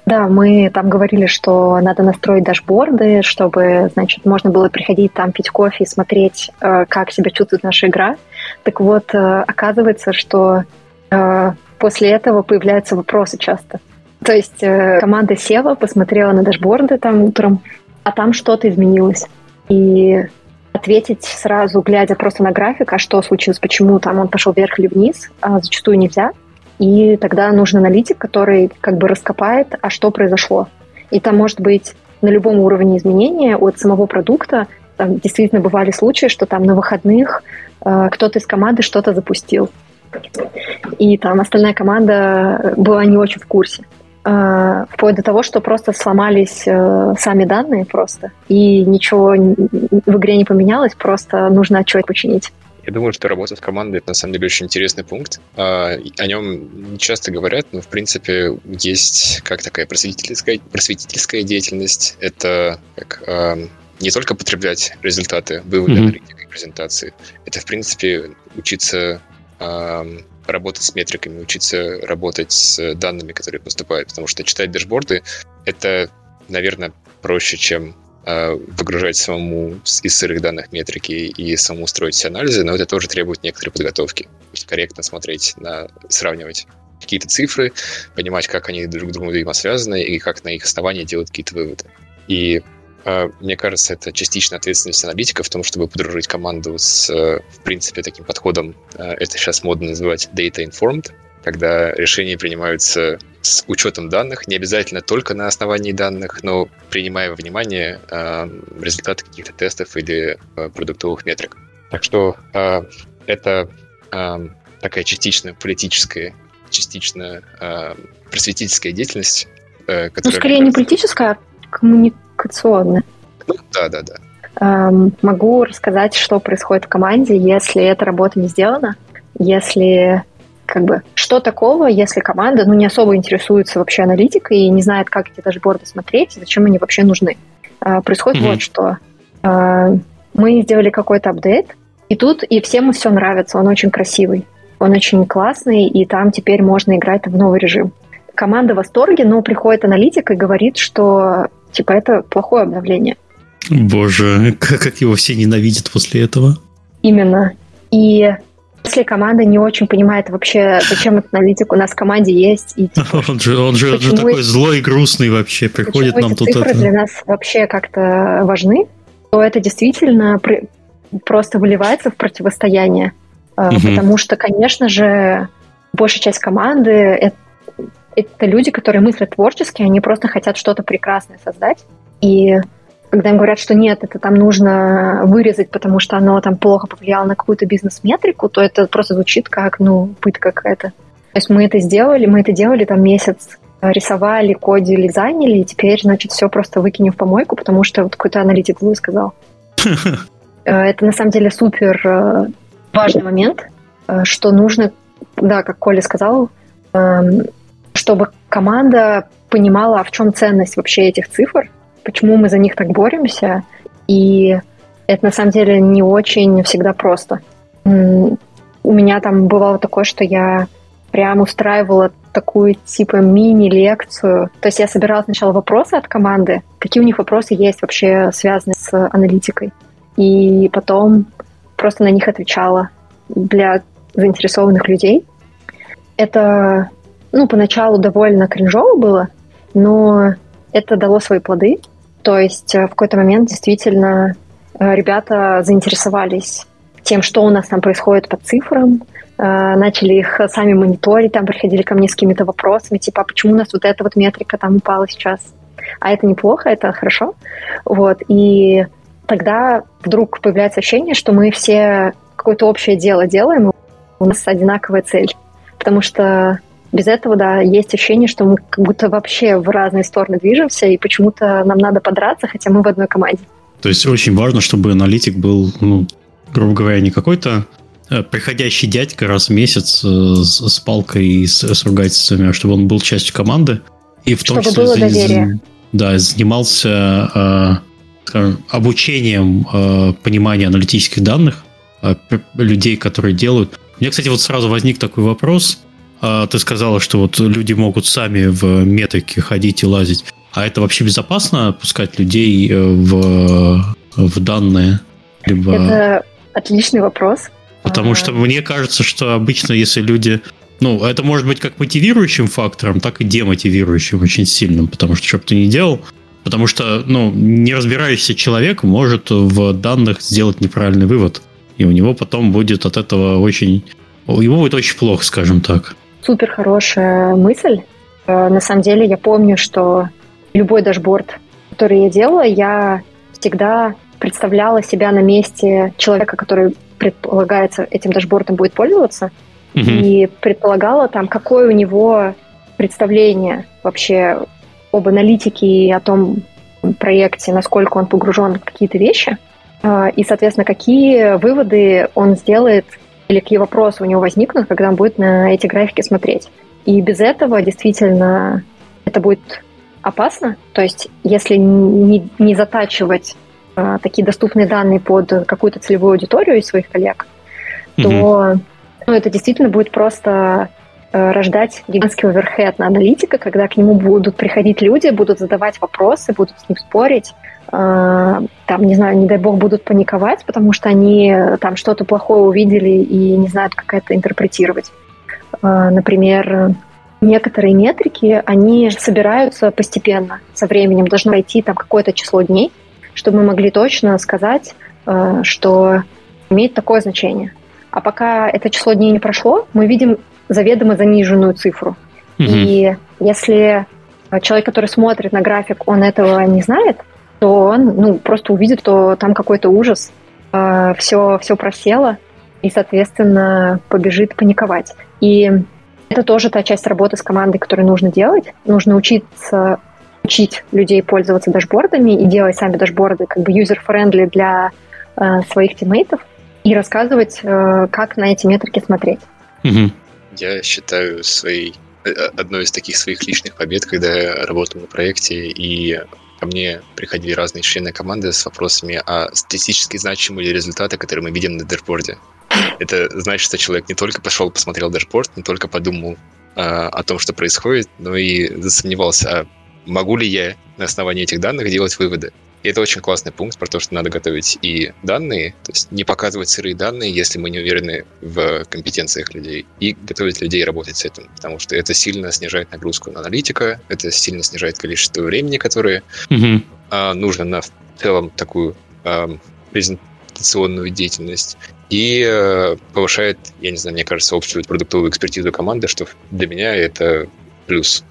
Да, мы там говорили, что надо настроить дашборды, чтобы, значит, можно было приходить там пить кофе и смотреть, как себя чувствует наша игра. Так вот, оказывается, что после этого появляются вопросы часто. То есть команда села, посмотрела на дашборды там утром, а там что-то изменилось. И ответить сразу, глядя просто на график, а что случилось, почему там он пошел вверх или вниз, зачастую нельзя. И тогда нужен аналитик, который как бы раскопает, а что произошло. И там может быть на любом уровне изменения от самого продукта. Там действительно бывали случаи, что там на выходных э, кто-то из команды что-то запустил. И там остальная команда была не очень в курсе. Э, вплоть до того, что просто сломались э, сами данные просто. И ничего в игре не поменялось, просто нужно отчет починить. Я думаю, что работа в команде — это на самом деле очень интересный пункт. О нем не часто говорят, но в принципе есть как такая просветительская, просветительская деятельность. Это как, э, не только потреблять результаты вывода, mm-hmm. аналитики и презентации. Это в принципе учиться э, работать с метриками, учиться работать с данными, которые поступают. Потому что читать дашборды — это, наверное, проще, чем выгружать самому из сырых данных метрики и самому строить все анализы, но это тоже требует некоторой подготовки. То есть корректно смотреть, на, сравнивать какие-то цифры, понимать, как они друг к другу взаимосвязаны и как на их основании делать какие-то выводы. И э, мне кажется, это частично ответственность аналитика в том, чтобы подружить команду с, э, в принципе, таким подходом. Э, это сейчас модно называть data-informed, когда решения принимаются с учетом данных, не обязательно только на основании данных, но принимая во внимание э, результаты каких-то тестов или э, продуктовых метрик. Так что э, это э, такая частично политическая, частично э, просветительская деятельность, э, которая... Ну, скорее не политическая, а коммуникационная. Ну, да, да, да. Эм, могу рассказать, что происходит в команде, если эта работа не сделана, если... Как бы, что такого, если команда ну, не особо интересуется вообще аналитикой и не знает, как эти дашборды смотреть, зачем они вообще нужны. А, происходит mm-hmm. вот что. А, мы сделали какой-то апдейт, и тут и всем все нравится, он очень красивый, он очень классный, и там теперь можно играть в новый режим. Команда в восторге, но приходит аналитик и говорит, что типа это плохое обновление. Боже, как его все ненавидят после этого. Именно. И... Если команда не очень понимает вообще, зачем этот аналитик у нас в команде есть. И, типа, он же, он же, он же такой злой и грустный вообще. Приходит нам тут это. Почему эти цифры для нас вообще как-то важны, то это действительно при... просто выливается в противостояние. Угу. Потому что, конечно же, большая часть команды это, это люди, которые мыслят творчески, они просто хотят что-то прекрасное создать. И когда им говорят, что нет, это там нужно вырезать, потому что оно там плохо повлияло на какую-то бизнес-метрику, то это просто звучит как, ну, пытка какая-то. То есть мы это сделали, мы это делали там месяц, рисовали, кодили, дизайнили, и теперь, значит, все просто выкинем в помойку, потому что вот какой-то аналитик злой сказал. Это на самом деле супер важный момент, что нужно, да, как Коля сказал, чтобы команда понимала, а в чем ценность вообще этих цифр, почему мы за них так боремся, и это на самом деле не очень всегда просто. У меня там бывало такое, что я прям устраивала такую типа мини-лекцию. То есть я собирала сначала вопросы от команды, какие у них вопросы есть вообще связанные с аналитикой, и потом просто на них отвечала для заинтересованных людей. Это, ну, поначалу довольно кринжово было, но это дало свои плоды. То есть в какой-то момент действительно ребята заинтересовались тем, что у нас там происходит по цифрам, начали их сами мониторить, там приходили ко мне с какими-то вопросами, типа, а почему у нас вот эта вот метрика там упала сейчас? А это неплохо, это хорошо. Вот. И тогда вдруг появляется ощущение, что мы все какое-то общее дело делаем, и у нас одинаковая цель. Потому что без этого, да, есть ощущение, что мы как будто вообще в разные стороны движемся, и почему-то нам надо подраться, хотя мы в одной команде. То есть очень важно, чтобы аналитик был, ну, грубо говоря, не какой-то приходящий дядька раз в месяц с, с палкой и с, с ругательствами, а чтобы он был частью команды. И в том чтобы числе было доверие. Да, занимался э, скажем, обучением э, понимания аналитических данных э, людей, которые делают. У меня, кстати, вот сразу возник такой вопрос. а, ты сказала, что вот люди могут сами в метрики ходить и лазить. А это вообще безопасно пускать людей в, в данные? Либо... Это отличный вопрос. Потому что мне кажется, что обычно, если люди... Ну, это может быть как мотивирующим фактором, так и демотивирующим очень сильным. Потому что, что бы ты ни делал... Потому что, ну, не разбирающийся человек может в данных сделать неправильный вывод. И у него потом будет от этого очень... Ему будет очень плохо, скажем так. Супер хорошая мысль. На самом деле я помню, что любой дашборд, который я делала, я всегда представляла себя на месте человека, который предполагается этим дашбордом будет пользоваться. Mm-hmm. И предполагала там, какое у него представление вообще об аналитике и о том проекте, насколько он погружен в какие-то вещи, и, соответственно, какие выводы он сделает или какие вопросы у него возникнут, когда он будет на эти графики смотреть. И без этого действительно это будет опасно. То есть если не, не затачивать а, такие доступные данные под какую-то целевую аудиторию из своих коллег, mm-hmm. то ну, это действительно будет просто рождать гигантский оверхед на аналитика, когда к нему будут приходить люди, будут задавать вопросы, будут с ним спорить, там, не знаю, не дай бог, будут паниковать, потому что они там что-то плохое увидели и не знают, как это интерпретировать. Например, некоторые метрики, они собираются постепенно, со временем, должно пройти там какое-то число дней, чтобы мы могли точно сказать, что имеет такое значение. А пока это число дней не прошло, мы видим заведомо заниженную цифру. Mm-hmm. И если человек, который смотрит на график, он этого не знает, то он ну, просто увидит, что там какой-то ужас, э, все, все просело, и, соответственно, побежит паниковать. И это тоже та часть работы с командой, которую нужно делать. Нужно учиться учить людей пользоваться дашбордами и делать сами дашборды как бы user-friendly для э, своих тиммейтов и рассказывать, э, как на эти метрики смотреть. Mm-hmm. Я считаю своей, одной из таких своих личных побед, когда я работал на проекте, и ко мне приходили разные члены команды с вопросами о статистически значимые результаты, которые мы видим на дашборде. Это значит, что человек не только пошел, посмотрел дашборд, не только подумал а, о том, что происходит, но и засомневался, а могу ли я на основании этих данных делать выводы. И это очень классный пункт про то, что надо готовить и данные, то есть не показывать сырые данные, если мы не уверены в компетенциях людей, и готовить людей работать с этим, потому что это сильно снижает нагрузку на аналитика, это сильно снижает количество времени, которое mm-hmm. а, нужно на в целом такую а, презентационную деятельность, и а, повышает, я не знаю, мне кажется, общую продуктовую экспертизу команды, что для меня это плюс.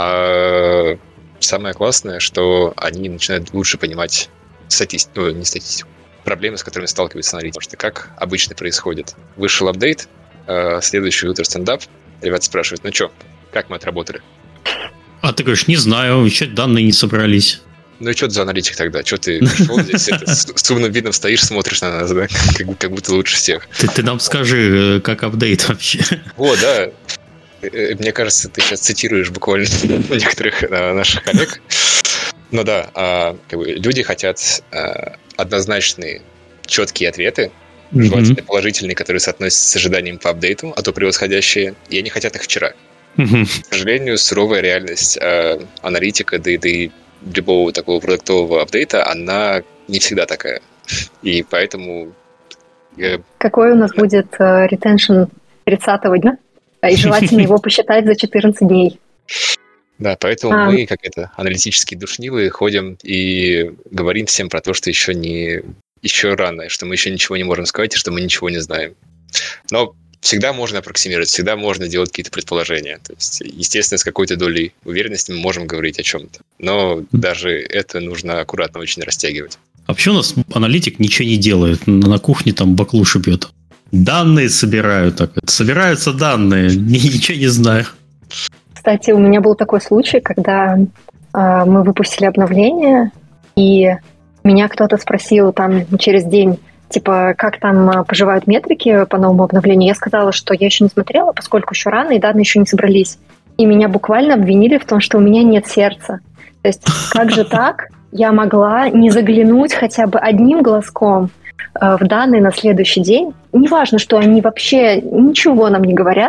А самое классное, что они начинают лучше понимать статистику, ну, не статистику, проблемы, с которыми сталкиваются аналитики. Потому что как обычно происходит? Вышел апдейт, э, следующее утро стендап, ребята спрашивают, ну что, как мы отработали? А ты говоришь, не знаю, еще данные не собрались. Ну и что ты за аналитик тогда? Что ты пришел здесь, это, с умным видом стоишь, смотришь на нас, да? Как, как будто лучше всех. Ты, ты нам скажи, как апдейт вообще. О, да. Мне кажется, ты сейчас цитируешь буквально некоторых а, наших коллег. Но да, а, как бы, люди хотят а, однозначные, четкие ответы, mm-hmm. желательно положительные, которые соотносятся с ожиданием по апдейту, а то превосходящие, и они хотят их вчера. Mm-hmm. К сожалению, суровая реальность а, аналитика, да и, да и любого такого продуктового апдейта, она не всегда такая. И поэтому... Я... Какой у нас будет ретеншн тридцатого дня? И желательно его посчитать за четырнадцать дней. Да, поэтому а. мы, как это, аналитические душнилы, ходим и говорим всем про то, что еще не еще рано, что мы еще ничего не можем сказать, и что мы ничего не знаем. Но всегда можно аппроксимировать, всегда можно делать какие-то предположения. То есть, естественно, с какой-то долей уверенности мы можем говорить о чем-то. Но даже это нужно аккуратно очень растягивать. А вообще у нас аналитик ничего не делает. На кухне там баклуши бьет. Данные собирают. Так. Собираются данные. Ничего не знаю. Кстати, у меня был такой случай, когда э, мы выпустили обновление, и меня кто-то спросил там через день, типа, как там поживают метрики по новому обновлению. Я сказала, что я еще не смотрела, поскольку еще рано, и данные еще не собрались. И меня буквально обвинили в том, что у меня нет сердца. То есть, как же так? Я могла не заглянуть хотя бы одним глазком в данные на следующий день. Неважно, что они вообще ничего нам не говорят,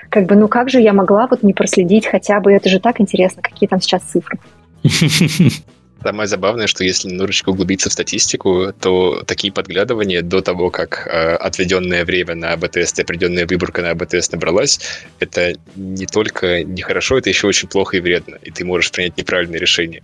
как бы, ну как же я могла вот не проследить хотя бы, это же так интересно, какие там сейчас цифры. Самое забавное, что если немножечко углубиться в статистику, то такие подглядывания до того, как э, отведенное время на эй-би-тест и определенная выборка на эй-би-тест набралась, это не только нехорошо, это еще очень плохо и вредно, и ты можешь принять неправильное решение.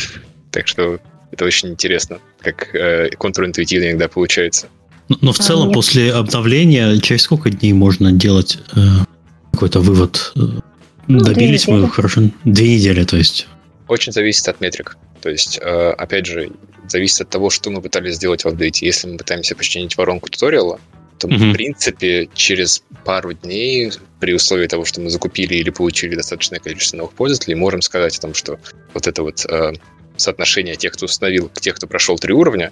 Так что это очень интересно, как э, контринтуитивно иногда получается. Но, но в а, целом нет. После обновления через сколько дней можно делать э, какой-то вывод? Ну, Добились мы хорошо? Две недели, то есть. Очень зависит от метрик. То есть, опять же, зависит от того, что мы пытались сделать в апдейте. Если мы пытаемся починить воронку туториала, то мы, mm-hmm. в принципе, через пару дней, при условии того, что мы закупили или получили достаточное количество новых пользователей, можем сказать о том, что вот это вот э, соотношение тех, кто установил, к тех, кто прошел три уровня,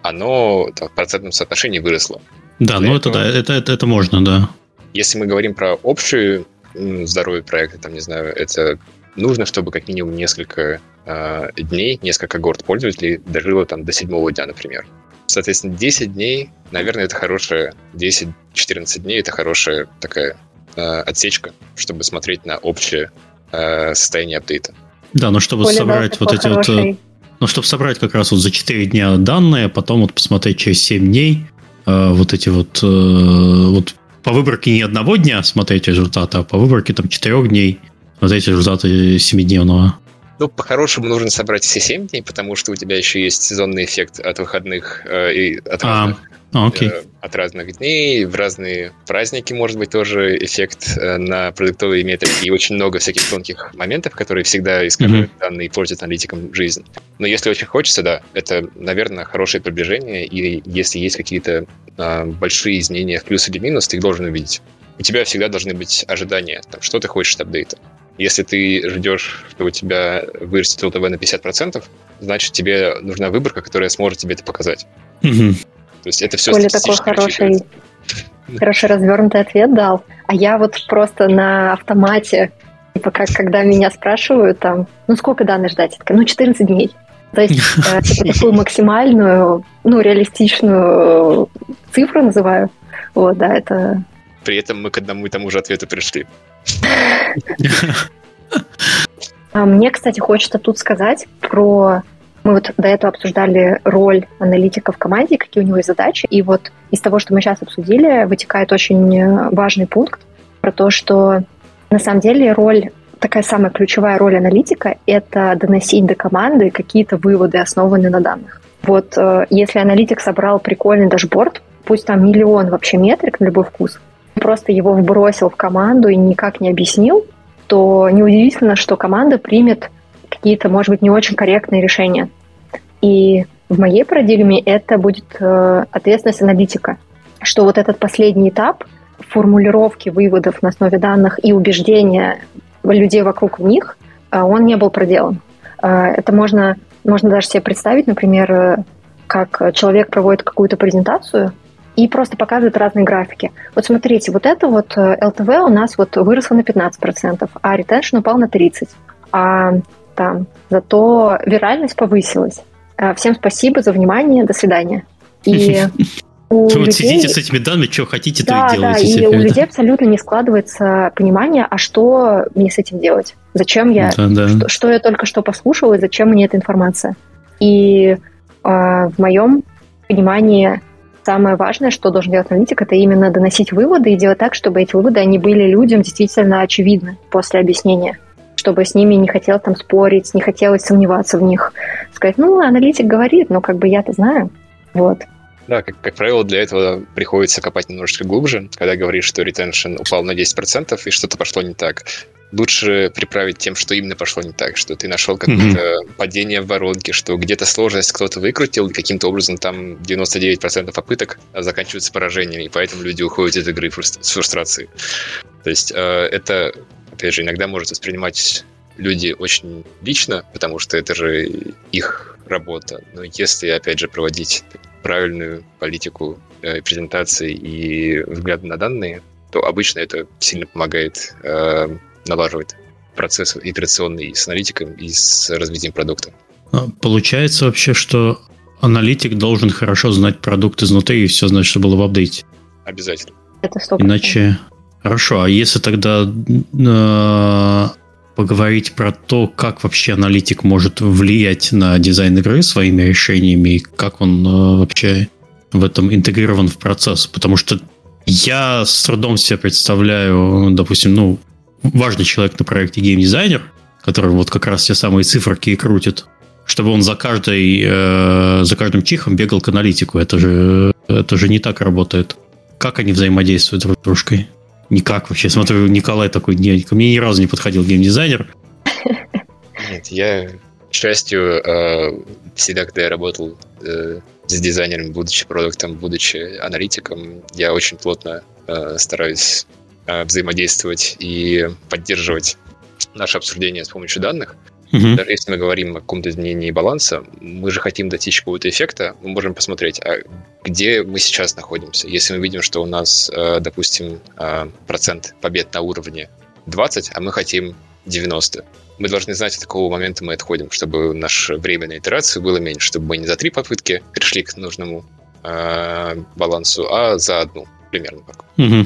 оно там, в процентном соотношении выросло. Да, Для ну этого, это, да, это, это, это можно, да. Если мы говорим про общее ну, здоровье проекта, там, не знаю, это нужно, чтобы как минимум несколько э, дней, несколько когорт пользователей дожило там до седьмого дня, например. Соответственно, десять дней, наверное, это хорошая, десять-четырнадцать дней это хорошая такая э, отсечка, чтобы смотреть на общее э, состояние апдейта. Да, но чтобы Коля, собрать да, вот эти хороший. вот... Ну, чтобы собрать как раз вот за четыре дня данные, потом вот посмотреть через семь дней э, вот эти вот... Э, вот по выборке не одного дня смотреть результаты, а по выборке там четырех дней вот эти результаты семидневного. Ну, по-хорошему нужно собрать все семь дней, потому что у тебя еще есть сезонный эффект от выходных э, и от разных, а, окей. э, от разных дней. В разные праздники может быть тоже эффект э, на продуктовые метрики. И очень много всяких тонких моментов, которые всегда искажают mm-hmm. данные и портят аналитикам жизнь. Но если очень хочется, да, это, наверное, хорошее приближение. И если есть какие-то э, большие изменения в плюс или минус, ты их должен увидеть. У тебя всегда должны быть ожидания, там, что ты хочешь от апдейта. Если ты ждешь, что у тебя вырастет эл ти ви на пятьдесят процентов, значит, тебе нужна выборка, которая сможет тебе это показать. Mm-hmm. То есть это все Коля такой хороший, хороший развернутый ответ дал. А я вот просто на автомате, типа как когда меня спрашивают, там, ну сколько данных ждать? Я такая, ну четырнадцать дней. То есть типа такую максимальную, ну реалистичную цифру называю. Вот, да, это... При этом мы к одному и тому же ответу пришли. Мне, кстати, хочется тут сказать про... Мы вот до этого обсуждали роль аналитика в команде, какие у него есть задачи. И вот из того, что мы сейчас обсудили, вытекает очень важный пункт про то, что на самом деле роль, такая самая ключевая роль аналитика — это доносить до команды какие-то выводы, основанные на данных. Вот если аналитик собрал прикольный дашборд, пусть там миллион вообще метрик на любой вкус, просто его вбросил в команду и никак не объяснил, то неудивительно, что команда примет какие-то, может быть, не очень корректные решения. И в моей парадигме это будет э, ответственность аналитика, что вот этот последний этап формулировки выводов на основе данных и убеждения людей вокруг них, э, он не был проделан. Э, это можно, можно даже себе представить, например, э, как человек проводит какую-то презентацию и просто показывает разные графики. Вот смотрите, вот это вот эл ти ви у нас вот выросло на пятнадцать процентов, а ретеншн упал на тридцать процентов. А там зато виральность повысилась. Всем спасибо за внимание, до свидания. И у вот людей... сидите с этими данными, что хотите, да, то и делайте. Да, и себе, у да. людей абсолютно не складывается понимание, а что мне с этим делать? Зачем я... Да, да. Что, что я только что послушала, и зачем мне эта информация? И э, в моем понимании самое важное, что должен делать аналитик, это именно доносить выводы и делать так, чтобы эти выводы, они были людям действительно очевидны после объяснения. Чтобы с ними не хотелось там спорить, не хотелось сомневаться в них. Сказать, ну, аналитик говорит, но как бы я-то знаю. Вот. Да, как, как правило, для этого приходится копать немножечко глубже. Когда говоришь, что ретеншн упал на десять процентов и что-то пошло не так, лучше приправить тем, что именно пошло не так, что ты нашел какое-то mm-hmm. падение в воронке, что где-то сложность кто-то выкрутил, и каким-то образом там девяносто девять процентов попыток заканчиваются поражениями, и поэтому люди уходят из игры с фрустрацией. То есть э, это... Опять же, иногда может воспринимать люди очень лично, потому что это же их работа. Но если, опять же, проводить правильную политику э, презентации и взгляд на данные, то обычно это сильно помогает э, налаживать процесс итерационный с аналитиком и с развитием продукта. Получается вообще, что аналитик должен хорошо знать продукт изнутри и все знать, что было в апдейте. Обязательно. Это сто процентов. Иначе... Хорошо, а если тогда э, поговорить про то, как вообще аналитик может влиять на дизайн игры своими решениями, и как он э, вообще в этом интегрирован в процесс? Потому что я с трудом себе представляю, допустим, ну, важный человек на проекте геймдизайнер, который вот как раз те самые циферки и крутит, чтобы он за, каждой, э, за каждым чихом бегал к аналитику. Это же, это же не так работает. Как они взаимодействуют друг с дружкой? Никак вообще. Смотрю, Николай такой, не, ко мне ни разу не подходил геймдизайнер. Нет, я, к счастью, всегда, когда я работал с дизайнером, будучи продуктом, будучи аналитиком, я очень плотно стараюсь взаимодействовать и поддерживать наше обсуждение с помощью данных. Uh-huh. Даже если мы говорим о каком-то изменении баланса, мы же хотим достичь какого-то эффекта, мы можем посмотреть, а где мы сейчас находимся. Если мы видим, что у нас, допустим, процент побед на уровне двадцать, а мы хотим девяносто, мы должны знать, от какого момента мы отходим, чтобы наше время на итерацию было меньше, чтобы мы не за три попытки пришли к нужному балансу, а за одну, примерно так. Uh-huh.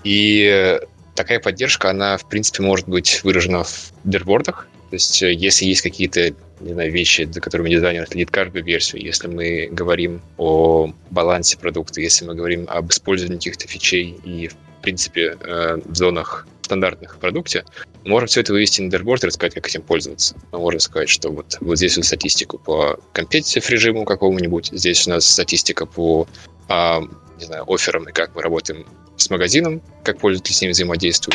И такая поддержка, она, в принципе, может быть выражена в дашбордах. То есть, если есть какие-то, не знаю, вещи, за которыми дизайнер следит каждую версию, если мы говорим о балансе продукта, если мы говорим об использовании каких-то фичей и, в принципе, в зонах стандартных в продукте, мы можем все это вывести на дашборд и рассказать, как этим пользоваться. Мы можем сказать, что вот, вот здесь вот статистику по competitive режиму какому-нибудь, здесь у нас статистика по, не знаю, офферам и как мы работаем с магазином, как пользователи с ними взаимодействуют.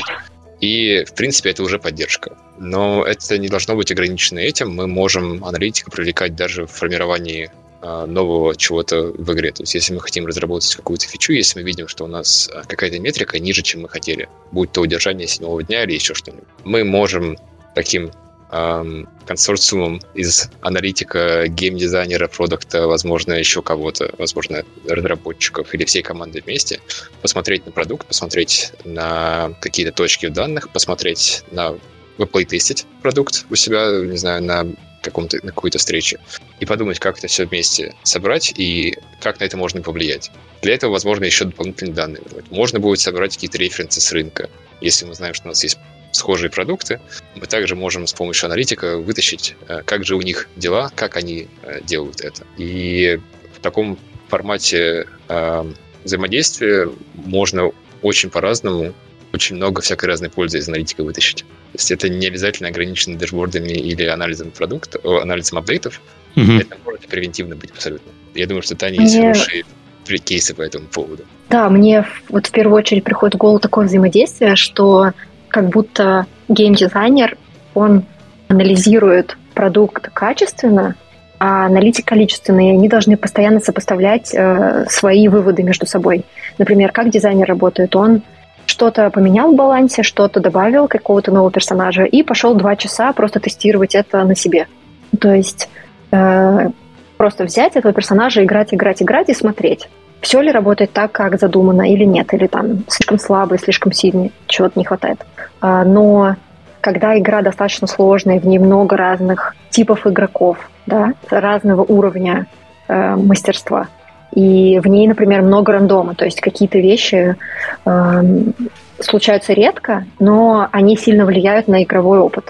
И, в принципе, это уже поддержка. Но это не должно быть ограничено этим. Мы можем аналитика привлекать даже в формировании а, нового чего-то в игре. То есть, если мы хотим разработать какую-то фичу, если мы видим, что у нас какая-то метрика ниже, чем мы хотели, будь то удержание седьмого дня или еще что-нибудь, мы можем таким эм, консорциумом из аналитика, геймдизайнера, продукта, возможно, еще кого-то, возможно, разработчиков или всей команды вместе, посмотреть на продукт, посмотреть на какие-то точки в данных, посмотреть на выплей-тестить продукт у себя, не знаю, на каком-то, на какой-то встрече, и подумать, как это все вместе собрать и как на это можно повлиять. Для этого, возможно, еще дополнительные данные. Можно будет собрать какие-то референсы с рынка. Если мы знаем, что у нас есть схожие продукты, мы также можем с помощью аналитика вытащить, как же у них дела, как они делают это. И в таком формате э, взаимодействия можно очень по-разному, очень много всякой разной пользы из аналитика вытащить. То есть это не обязательно ограничено дашбордами или анализом продукта, анализом апдейтов. Mm-hmm. Это может превентивно быть абсолютно. Я думаю, что Таня есть мне... хорошие кейсы по этому поводу. Да, мне вот в первую очередь приходит в голову такое взаимодействие, что как будто геймдизайнер, он анализирует продукт качественно, а аналитик количественно, и они должны постоянно сопоставлять э, свои выводы между собой. Например, как дизайнер работает, он что-то поменял в балансе, что-то добавил, какого-то нового персонажа, и пошел два часа просто тестировать это на себе. То есть э, просто взять этого персонажа, играть, играть, играть и смотреть, все ли работает так, как задумано, или нет, или там слишком слабый, слишком сильный, чего-то не хватает. А, но когда игра достаточно сложная, в ней много разных типов игроков, да, разного уровня э, мастерства, и в ней, например, много рандома, то есть какие-то вещи э, случаются редко, но они сильно влияют на игровой опыт,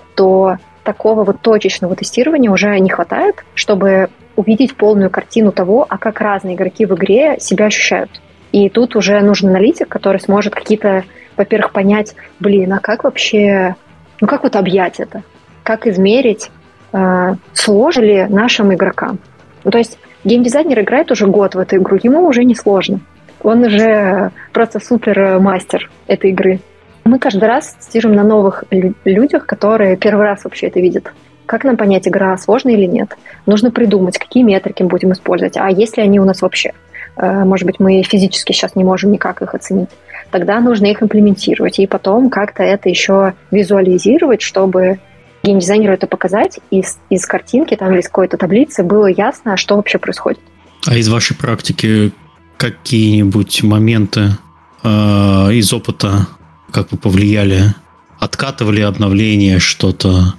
то такого вот точечного тестирования уже не хватает, чтобы увидеть полную картину того, а как разные игроки в игре себя ощущают. И тут уже нужен аналитик, который сможет какие-то, во-первых, понять, блин, а как вообще, ну как вот объять это? Как измерить, э, сложно ли нашим игрокам? Ну, то есть геймдизайнер играет уже год в эту игру, ему уже не сложно. Он уже просто супер мастер этой игры. Мы каждый раз тестируем на новых людях, которые первый раз вообще это видят. Как нам понять, игра сложная или нет? Нужно придумать, какие метрики мы будем использовать. А если они у нас вообще? Может быть, мы физически сейчас не можем никак их оценить. Тогда нужно их имплементировать. И потом как-то это еще визуализировать, чтобы геймдизайнеру это показать. И из, из картинки там, или из какой-то таблицы было ясно, что вообще происходит. А из вашей практики какие-нибудь моменты э, из опыта, как вы повлияли? Откатывали обновления, что-то?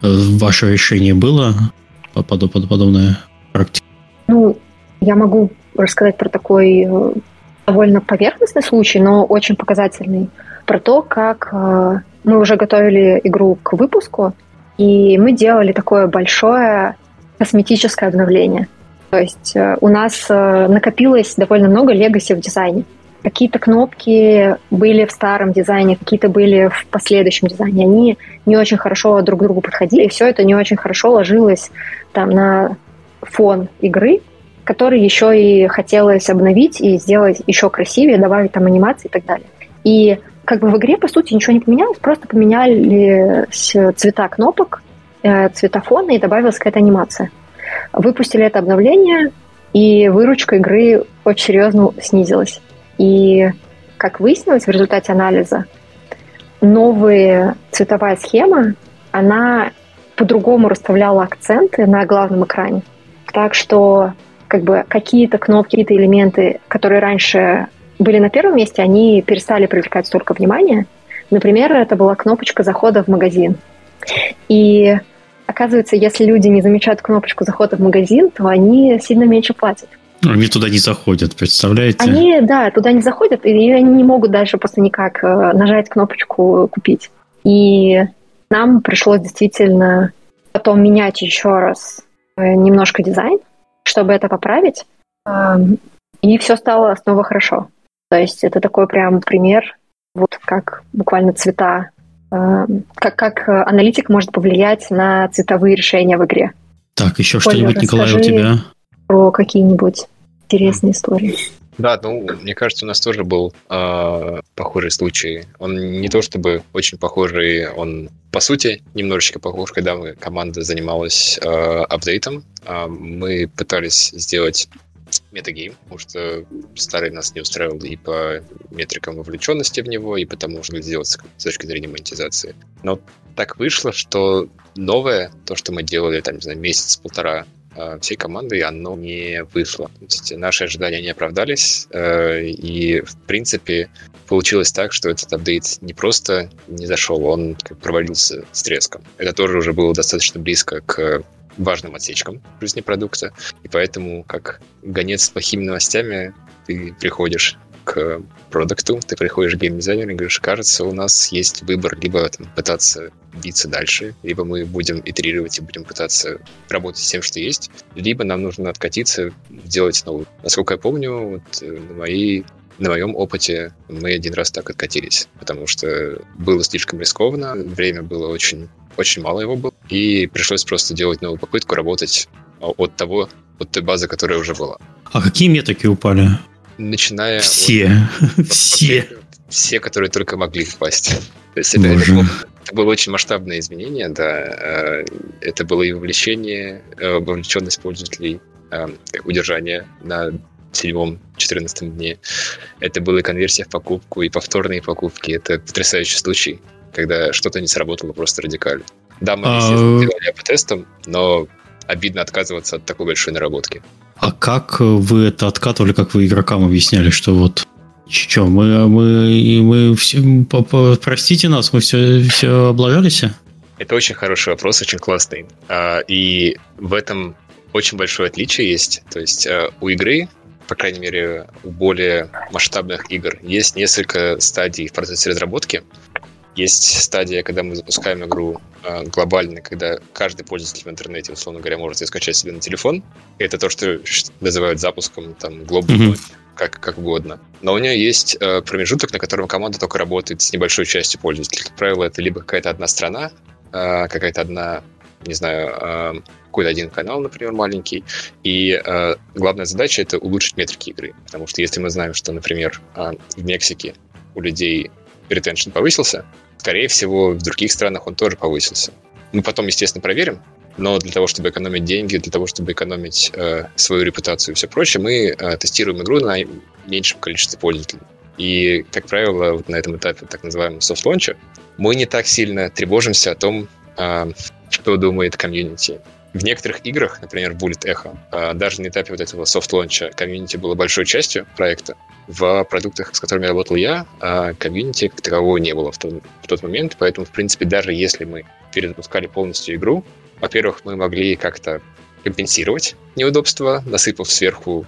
Ваше решение было подобная практика? Ну, я могу рассказать про такой довольно поверхностный случай, но очень показательный. про то, как э, мы уже готовили игру к выпуску, и мы делали такое большое косметическое обновление. То есть э, у нас э, накопилось довольно много легаси в дизайне. Какие-то кнопки были в старом дизайне, какие-то были в последующем дизайне. Они не очень хорошо друг к другу подходили, и все это не очень хорошо ложилось там на фон игры, который еще и хотелось обновить и сделать еще красивее, добавить там анимации и так далее. И как бы в игре, по сути, ничего не поменялось, просто поменялись цвета кнопок, цвета фона, и добавилась какая-то анимация. Выпустили это обновление, и выручка игры очень серьезно снизилась. И, как выяснилось в результате анализа, новая цветовая схема, она по-другому расставляла акценты на главном экране. Так что как бы какие-то кнопки, какие-то элементы, которые раньше были на первом месте, они перестали привлекать столько внимания. Например, это была кнопочка захода в магазин. И оказывается, если люди не замечают кнопочку захода в магазин, то они сильно меньше платят. Они туда не заходят, представляете? Они, да, туда не заходят, и они не могут дальше просто никак нажать кнопочку «Купить». И нам пришлось действительно потом менять еще раз немножко дизайн, чтобы это поправить, и все стало снова хорошо. То есть это такой прям пример, вот как буквально цвета, как, как аналитик может повлиять на цветовые решения в игре. Так, еще что-нибудь, Николай, у тебя? Про какие-нибудь интересные истории. Да, ну, мне кажется, у нас тоже был э, похожий случай. Он не то чтобы очень похожий, он, по сути, немножечко похож, когда мы, команда занималась э, апдейтом. Э, мы пытались сделать метагейм, потому что старый нас не устраивал и по метрикам вовлеченности в него, и потому что сделать с точки зрения монетизации. Но так вышло, что новое, то, что мы делали, там, не знаю, месяц-полтора всей команды, оно не вышло. То есть наши ожидания не оправдались, и, в принципе, получилось так, что этот апдейт не просто не зашел, он провалился с треском. Это тоже уже было достаточно близко к важным отсечкам в жизни продукта, и поэтому, как гонец с плохими новостями, ты приходишь к продукту, ты приходишь к геймдизайнеру и говоришь, кажется, у нас есть выбор либо там, пытаться биться дальше, либо мы будем итерировать и будем пытаться работать с тем, что есть, либо нам нужно откатиться, делать новую. Насколько я помню, вот на, моей, на моем опыте мы один раз так откатились, потому что было слишком рискованно, время было очень, очень мало его было, и пришлось просто делать новую попытку работать от того, от той базы, которая уже была. А какие метрики упали? Начиная все, от, все, все, которые только могли впасть. То есть это, это, было, это было очень масштабное изменение, да. Это было и вовлечение, вовлеченность пользователей, удержание на седьмом-четырнадцатом дне. Это была и конверсия в покупку, и повторные покупки. Это потрясающий случай, когда что-то не сработало просто радикально. Да, мы, естественно, делали эй-би-тестом, но обидно отказываться от такой большой наработки. А как вы это откатывали, как вы игрокам объясняли, что вот что, мы, мы, мы все, простите нас, мы все, все облажались? Это очень хороший вопрос, очень классный. И в этом очень большое отличие есть. То есть у игры, по крайней мере, у более масштабных игр, есть несколько стадий в процессе разработки. Есть стадия, когда мы запускаем игру э, глобально, когда каждый пользователь в интернете, условно говоря, может ее скачать себе на телефон. И это то, что называют запуском, там, глобал, mm-hmm. как, как угодно. Но у нее есть э, промежуток, на котором команда только работает с небольшой частью пользователей. Как правило, это либо какая-то одна страна, э, какая-то одна, не знаю, э, какой-то один канал, например, маленький. И э, главная задача — это улучшить метрики игры. Потому что если мы знаем, что, например, э, в Мексике у людей ретеншн повысился, скорее всего, в других странах он тоже повысился. Мы потом, естественно, проверим, но для того, чтобы экономить деньги, для того, чтобы экономить э, свою репутацию и все прочее, мы э, тестируем игру на меньшем количестве пользователей. И, как правило, вот на этом этапе так называемого софт-лонча мы не так сильно тревожимся о том, э, что думает комьюнити. В некоторых играх, например, в Bullet Echo, э, даже на этапе вот этого софт-лонча комьюнити было большой частью проекта. В продуктах, с которыми работал я, комьюнити как такового не было в тот, в тот момент, поэтому, в принципе, даже если мы перезапускали полностью игру, во-первых, мы могли как-то компенсировать неудобства, насыпав сверху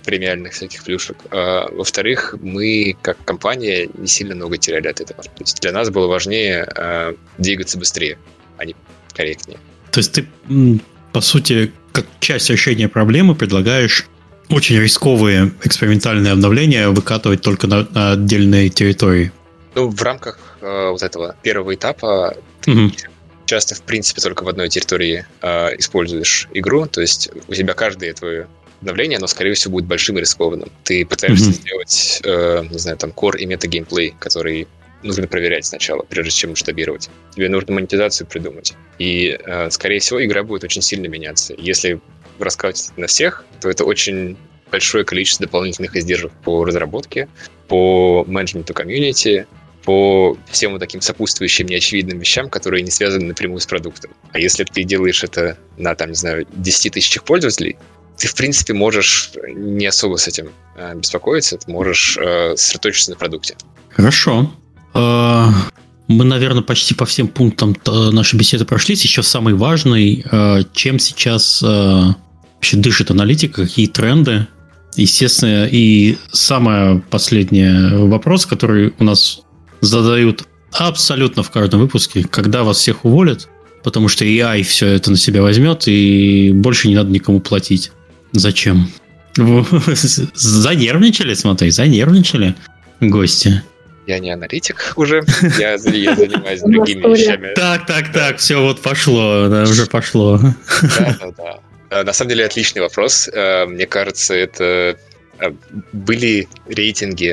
премиальных всяких плюшек. А, во-вторых, мы, как компания, не сильно много теряли от этого. То есть для нас было важнее а, двигаться быстрее, а не корректнее. То есть ты, по сути, как часть решения проблемы предлагаешь очень рисковые экспериментальные обновления выкатывать только на, на отдельные территории? Ну, в рамках э, вот этого первого этапа угу. ты часто, в принципе, только в одной территории э, используешь игру, то есть у тебя каждое твое обновление, оно, скорее всего, будет большим и рискованным. Ты пытаешься угу. сделать, э, не знаю, там, core и мета-геймплей, который нужно проверять сначала, прежде чем масштабировать. Тебе нужно монетизацию придумать. И, э, скорее всего, игра будет очень сильно меняться. Если раскатывать на всех, то это очень большое количество дополнительных издержек по разработке, по менеджменту комьюнити, по всем вот таким сопутствующим неочевидным вещам, которые не связаны напрямую с продуктом. А если ты делаешь это на, там, не знаю, десять тысячах пользователей, ты, в принципе, можешь не особо с этим э, беспокоиться, ты можешь э, сосредоточиться на продукте. Хорошо. Мы, наверное, почти по всем пунктам нашей беседы прошлись. Еще самый важный, чем сейчас вообще дышит аналитика, какие тренды. Естественно, и самый последний вопрос, который у нас задают абсолютно в каждом выпуске, когда вас всех уволят, потому что эй ай все это на себя возьмет, и больше не надо никому платить. Зачем? Занервничали, смотри, занервничали гости. Я не аналитик уже, я, я занимаюсь другими вещами. Так, так, так, все, вот пошло, да, уже пошло. Да, да, да. На самом деле отличный вопрос. Мне кажется, это были рейтинги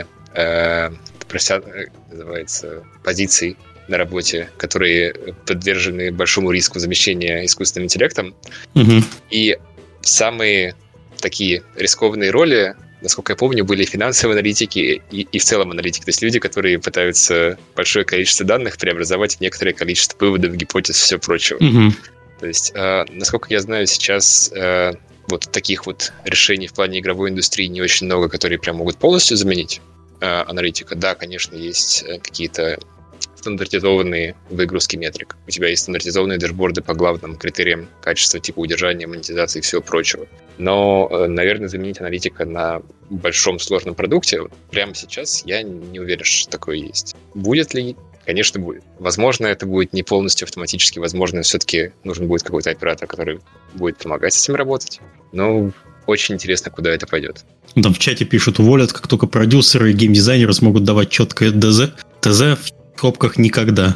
называется, позиций на работе, которые подвержены большому риску замещения искусственным интеллектом. Угу. И самые такие рискованные роли, насколько я помню, были финансовые аналитики и, и в целом аналитики. То есть люди, которые пытаются большое количество данных преобразовать в некоторое количество выводов, гипотез и все прочего. Mm-hmm. То есть, э, насколько я знаю, сейчас э, вот таких вот решений в плане игровой индустрии не очень много, которые прям могут полностью заменить э, аналитика. Да, конечно, есть какие-то стандартизованные выгрузки метрик. У тебя есть стандартизованные дэшборды по главным критериям качества, типа удержания, монетизации и всего прочего. Но, наверное, заменить аналитика на большом сложном продукте прямо сейчас я не уверен, что такое есть. Будет ли? Конечно, будет. Возможно, это будет не полностью автоматически. Возможно, все-таки нужен будет какой-то оператор, который будет помогать с этим работать. Но очень интересно, куда это пойдет. Там в чате пишут, уволят, как только продюсеры и геймдизайнеры смогут давать четкое ДЗ. ТЗ в скобках никогда.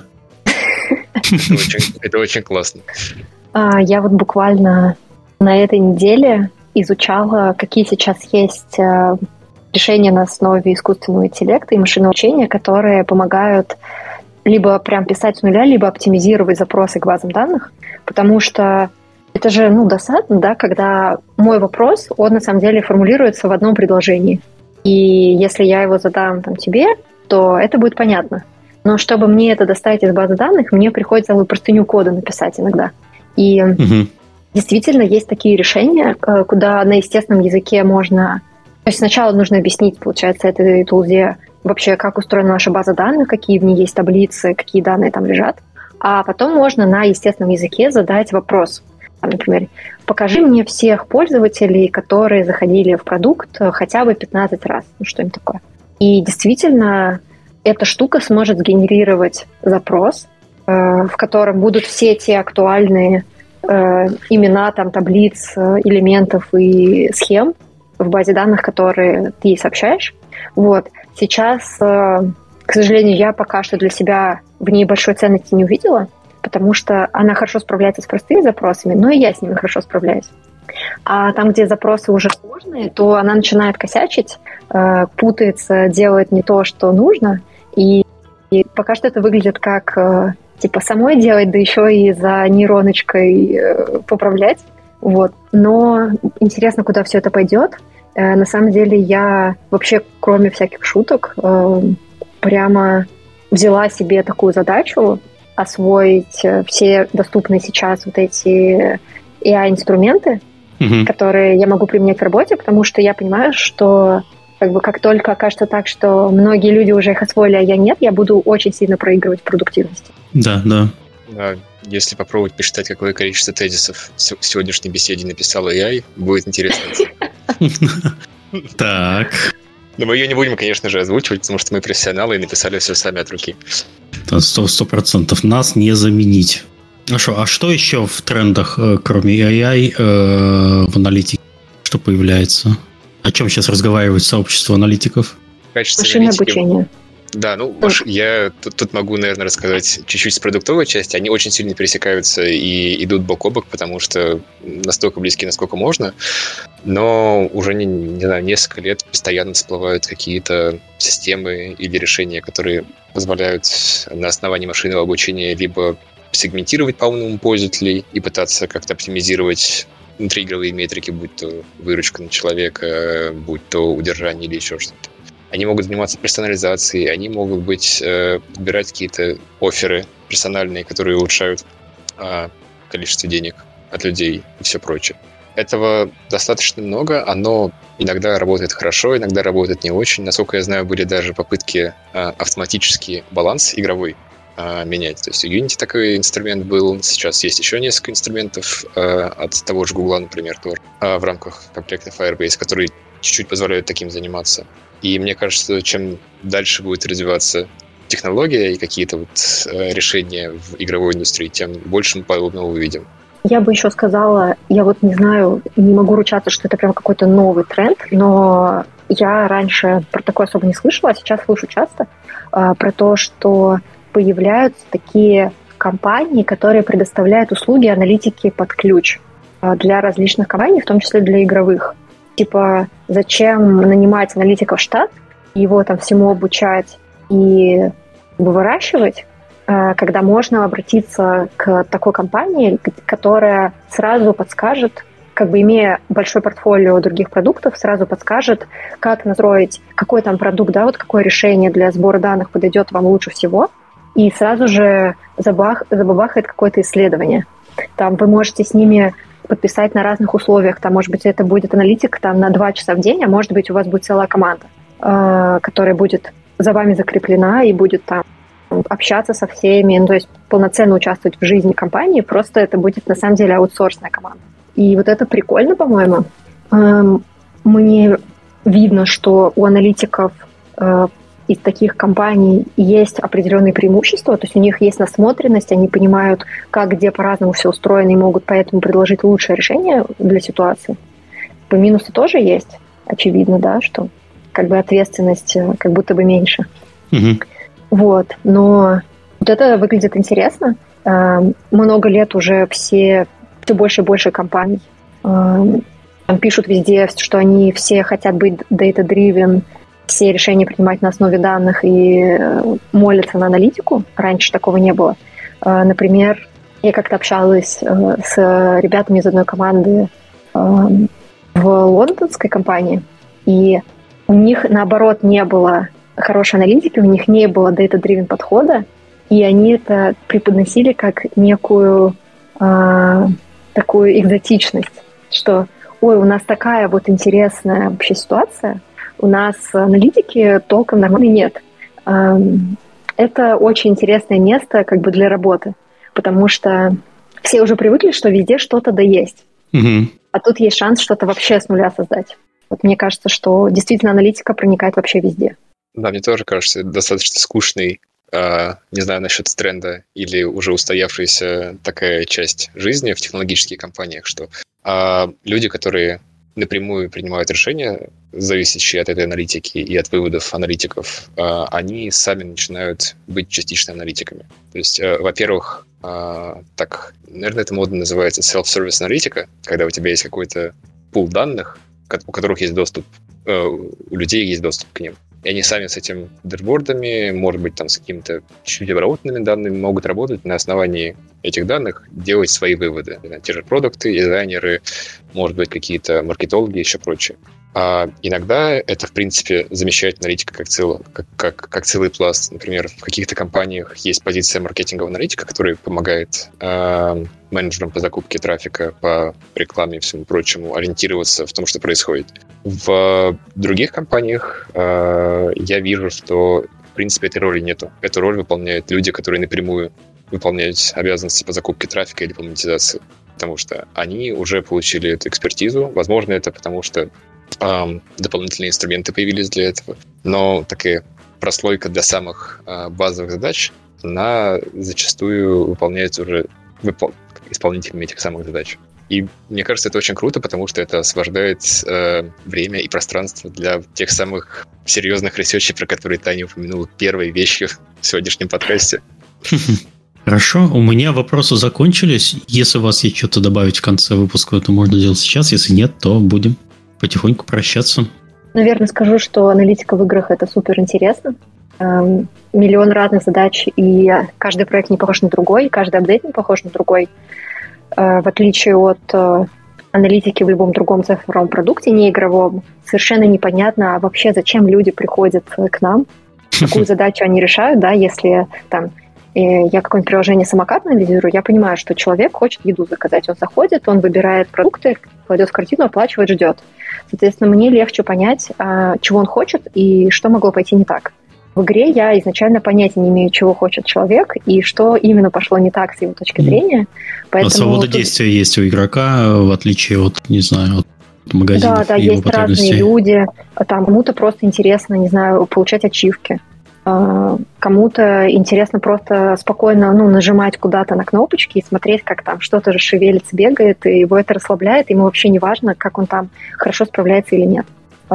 Это очень, это очень классно. А, я вот буквально на этой неделе изучала, какие сейчас есть а, решения на основе искусственного интеллекта и машинного обучения, которые помогают либо прям писать с нуля, либо оптимизировать запросы к базам данных, потому что это же, ну, досадно, да, когда мой вопрос, он на самом деле формулируется в одном предложении. И если я его задам там тебе, то это будет понятно. Но чтобы мне это достать из базы данных, мне приходится целую простыню кода написать иногда. И угу. действительно есть такие решения, куда на естественном языке можно... То есть сначала нужно объяснить, получается, этой тулзе вообще, как устроена наша база данных, какие в ней есть таблицы, какие данные там лежат. А потом можно на естественном языке задать вопрос. Например, покажи мне всех пользователей, которые заходили в продукт хотя бы пятнадцать раз. Ну, что-нибудь такое. И действительно, эта штука сможет сгенерировать запрос, э, в котором будут все те актуальные э, имена, там, таблиц, элементов и схем в базе данных, которые ты ей сообщаешь. Вот. Сейчас, э, к сожалению, я пока что для себя в ней большой ценности не увидела, потому что она хорошо справляется с простыми запросами, но и я с ними хорошо справляюсь. А там, где запросы уже сложные, то она начинает косячить, э, путается, делает не то, что нужно. И, и пока что это выглядит как э, типа самой делать, да еще и за нейроночкой э, поправлять. Вот. Но интересно, куда все это пойдет. Э, на самом деле я вообще, кроме всяких шуток, э, прямо взяла себе такую задачу освоить все доступные сейчас вот эти эй ай-инструменты, mm-hmm. которые я могу применять в работе, потому что я понимаю, что как бы как только окажется так, что многие люди уже их освоили, а я нет, я буду очень сильно проигрывать в продуктивности. Да, да. Да, если попробовать посчитать, какое количество тезисов в сегодняшней беседе написал эй ай, будет интересно. Так. Но мы ее не будем, конечно же, озвучивать, потому что мы профессионалы и написали все сами от руки. Сто процентов нас не заменить. А что, а что еще в трендах, кроме эй ай, э, в аналитике, что появляется? О чем сейчас разговаривает сообщество аналитиков? Машинное обучение. Да, ну, Маш, я тут, тут могу, наверное, рассказать чуть-чуть с продуктовой части. Они очень сильно пересекаются и идут бок о бок, потому что настолько близки, насколько можно. Но уже, не, не знаю, несколько лет постоянно всплывают какие-то системы или решения, которые позволяют на основании машинного обучения либо сегментировать по умному пользователей и пытаться как-то оптимизировать внутриигровые метрики, будь то выручка на человека, будь то удержание или еще что-то. Они могут заниматься персонализацией, они могут быть, э, подбирать какие-то офферы персональные, которые улучшают э, количество денег от людей и все прочее. Этого достаточно много, оно иногда работает хорошо, иногда работает не очень. Насколько я знаю, были даже попытки э, автоматически баланс игровой э, менять. То есть у Unity такой инструмент был, сейчас есть еще несколько инструментов э, от того же Google, например, тоже, э, в рамках комплекта Firebase, которые чуть-чуть позволяют таким заниматься. И мне кажется, что чем дальше будет развиваться технология и какие-то вот э, решения в игровой индустрии, тем больше мы подобного увидим. Я бы еще сказала, я вот не знаю, не могу ручаться, что это прям какой-то новый тренд, но я раньше про такое особо не слышала, а сейчас слышу часто э, про то, что появляются такие компании, которые предоставляют услуги аналитики под ключ э, для различных компаний, в том числе для игровых. Типа, зачем нанимать аналитика в штат, его там всему обучать и выращивать, когда можно обратиться к такой компании, которая сразу подскажет, как бы имея большое портфолио других продуктов, сразу подскажет, как настроить, какой там продукт, да, вот какое решение для сбора данных подойдет вам лучше всего, и сразу же забах, забабахает какое-то исследование. Там вы можете с ними подписать на разных условиях. Там, может быть, это будет аналитик там, на два часа в день, а может быть, у вас будет целая команда, э, которая будет за вами закреплена и будет там общаться со всеми, ну, то есть полноценно участвовать в жизни компании, просто это будет на самом деле аутсорсная команда. И вот это прикольно, по-моему. Э, мне видно, что у аналитиков э, из таких компаний есть определенные преимущества, то есть у них есть насмотренность, они понимают, как, где по-разному все устроено, и могут поэтому предложить лучшее решение для ситуации. По минусу тоже есть, очевидно, да, что как бы ответственность как будто бы меньше. Mm-hmm. Вот, но вот это выглядит интересно. Много лет уже все, все больше и больше компаний там пишут везде, что они все хотят быть data-driven, все решения принимать на основе данных и молятся на аналитику. Раньше такого не было. Например, я как-то общалась с ребятами из одной команды в лондонской компании, и у них, наоборот, не было хорошей аналитики, у них не было data-driven подхода, и они это преподносили как некую э, такую экзотичность, что ой, у нас такая вот интересная вообще ситуация, у нас аналитики толком нормальной нет. Это очень интересное место как бы для работы, потому что все уже привыкли, что везде что-то да есть. Mm-hmm. А тут есть шанс что-то вообще с нуля создать. Вот мне кажется, что действительно аналитика проникает вообще везде. Да, мне тоже кажется, достаточно скучный, э, не знаю насчет тренда или уже устоявшаяся такая часть жизни в технологических компаниях, что э, люди, которые напрямую принимают решения, зависящие от этой аналитики и от выводов аналитиков, э, они сами начинают быть частично аналитиками. То есть, э, во-первых, э, так, наверное, это модно называется self-service аналитика, когда у тебя есть какой-то пул данных, у которых есть доступ, э, у людей есть доступ к ним. И они сами с этими дэшбордами, может быть, там с какими-то чуть-чуть обработанными данными могут работать на основании этих данных, делать свои выводы. Те же продукты, дизайнеры, может быть, какие-то маркетологи и еще прочее. А иногда это, в принципе, замещает аналитика как, цело, как, как, как целый пласт. Например, в каких-то компаниях есть позиция маркетингового аналитика, которая помогает э, менеджерам по закупке трафика, по рекламе и всему прочему ориентироваться в том, что происходит. В других компаниях э, я вижу, что, в принципе, этой роли нету. Эту роль выполняют люди, которые напрямую выполняют обязанности по закупке трафика или по монетизации. Потому что они уже получили эту экспертизу. Возможно, это потому что эм, дополнительные инструменты появились для этого. Но такая прослойка для самых э, базовых задач, она зачастую выполняется уже выпол- исполнителями этих самых задач. И мне кажется, это очень круто, потому что это освобождает э, время и пространство для тех самых серьезных ресерчей, про которые Таня упомянула первой вещью в сегодняшнем подкасте. Хорошо, у меня вопросы закончились. Если у вас есть что-то добавить в конце выпуска, это можно сделать сейчас. Если нет, то будем потихоньку прощаться. Наверное, скажу, что аналитика в играх — это супер интересно. Эм, миллион разных задач, и каждый проект не похож на другой, каждый апдейт не похож на другой. Э, в отличие от э, аналитики в любом другом цифровом продукте, не игровом, совершенно непонятно вообще, зачем люди приходят к нам, какую задачу они решают, да, если там я какое-нибудь приложение самокат анализирую, я понимаю, что человек хочет еду заказать. Он заходит, он выбирает продукты, кладет в корзину, оплачивает, ждет. Соответственно, мне легче понять, чего он хочет и что могло пойти не так. В игре я изначально понятия не имею, чего хочет человек и что именно пошло не так с его точки зрения. Поэтому а свобода тут... действия есть у игрока, в отличие от, не знаю, от магазинов. Да, да, и его есть потребностей. разные люди. Там кому-то просто интересно, не знаю, получать ачивки. Кому-то интересно просто спокойно, ну, нажимать куда-то на кнопочки и смотреть, как там что-то шевелится, бегает, и его это расслабляет, ему вообще не важно, как он там хорошо справляется или нет.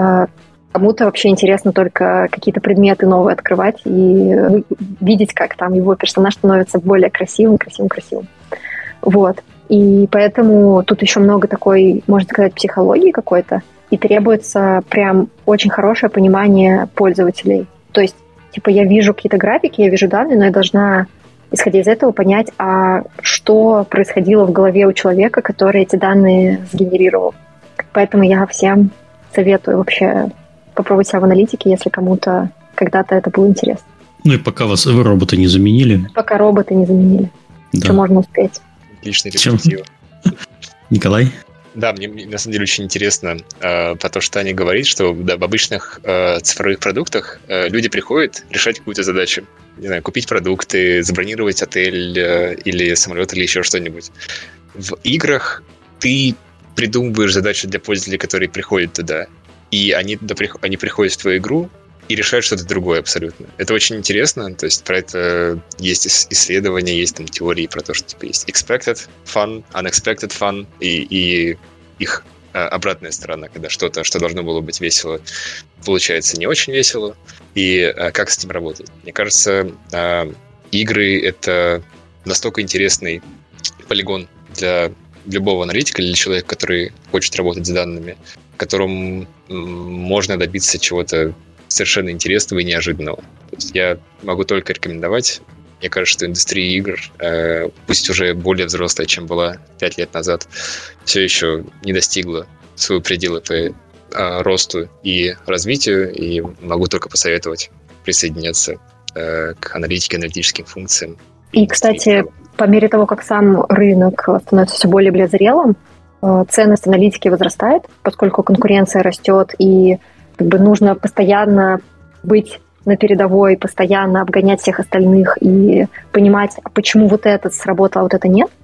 Кому-то вообще интересно только какие-то предметы новые открывать и видеть, как там его персонаж становится более красивым, красивым, красивым. Вот. И поэтому тут еще много такой, можно сказать, психологии какой-то, и требуется прям очень хорошее понимание пользователей. То есть типа я вижу какие-то графики, я вижу данные, но я должна, исходя из этого, понять, а что происходило в голове у человека, который эти данные сгенерировал. Поэтому я всем советую вообще попробовать себя в аналитике, если кому-то когда-то это было интересно. Ну и пока вас вы роботы не заменили. Пока роботы не заменили. Да. Что можно успеть. Отличная перспектива. Николай? Да, мне, мне на самом деле очень интересно э, про то, что Таня говорит, что да, в обычных э, цифровых продуктах э, люди приходят решать какую-то задачу. Не знаю, купить продукты, забронировать отель э, или самолет, или еще что-нибудь. В играх ты придумываешь задачу для пользователей, которые приходят туда, и они, туда, они приходят в твою игру и решают что-то другое абсолютно. Это очень интересно, то есть про это есть исследования, есть там теории про то, что типа есть expected fun, unexpected fun, и, и их а, обратная сторона, когда что-то, что должно было быть весело, получается не очень весело, и а, как с этим работать. Мне кажется, а, игры — это настолько интересный полигон для любого аналитика или для человека, который хочет работать с данными, в котором можно добиться чего-то совершенно интересного и неожиданного. То есть я могу только рекомендовать. Мне кажется, что индустрия игр, э, пусть уже более взрослая, чем была пять лет назад, все еще не достигла своего предела по э, росту и развитию, и могу только посоветовать присоединяться э, к аналитике, аналитическим функциям. И, и кстати, по мере того, как сам рынок становится все более и более зрелым, э, ценность аналитики возрастает, поскольку конкуренция растет, и как бы нужно постоянно быть на передовой, постоянно обгонять всех остальных и понимать, почему вот этот сработал, а вот это нет.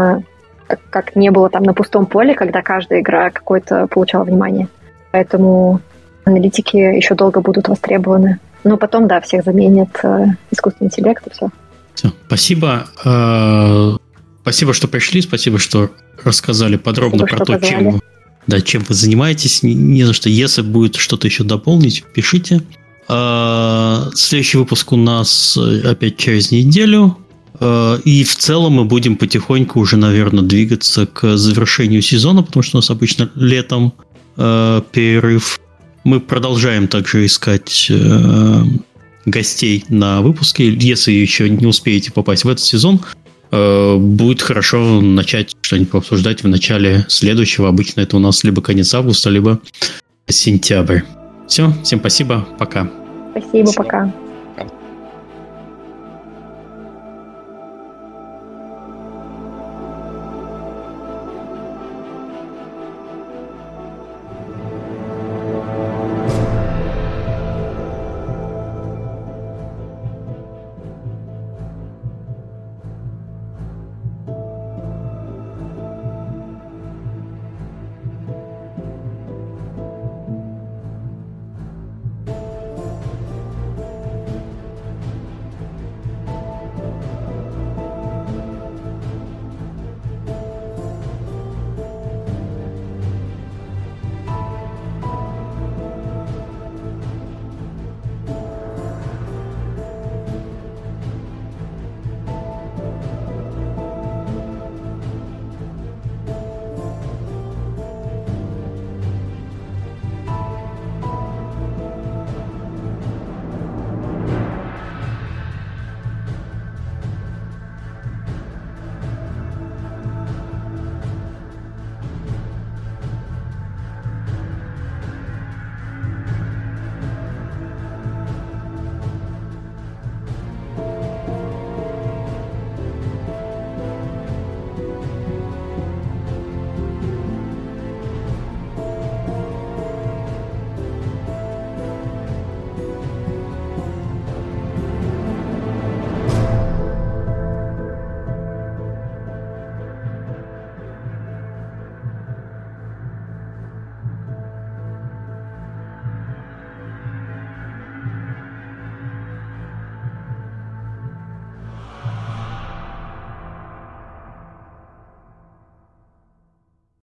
Как не было там на пустом поле, когда каждая игра какое-то получала внимание. Поэтому аналитики еще долго будут востребованы. Но потом, да, всех заменит искусственный интеллект и все. Все, спасибо. Спасибо, что пришли, спасибо, что рассказали подробно спасибо, про то, чем... Да, чем вы занимаетесь, не, не за что. Если будет что-то еще дополнить, пишите. А, следующий выпуск у нас опять через неделю. А, и в целом мы будем потихоньку уже, наверное, двигаться к завершению сезона, потому что у нас обычно летом а, перерыв. Мы продолжаем также искать а, гостей на выпуске. Если еще не успеете попасть в этот сезон, будет хорошо начать что-нибудь пообсуждать в начале следующего. Обычно это у нас либо конец августа, либо сентябрь. Все, всем спасибо, пока. Спасибо, пока.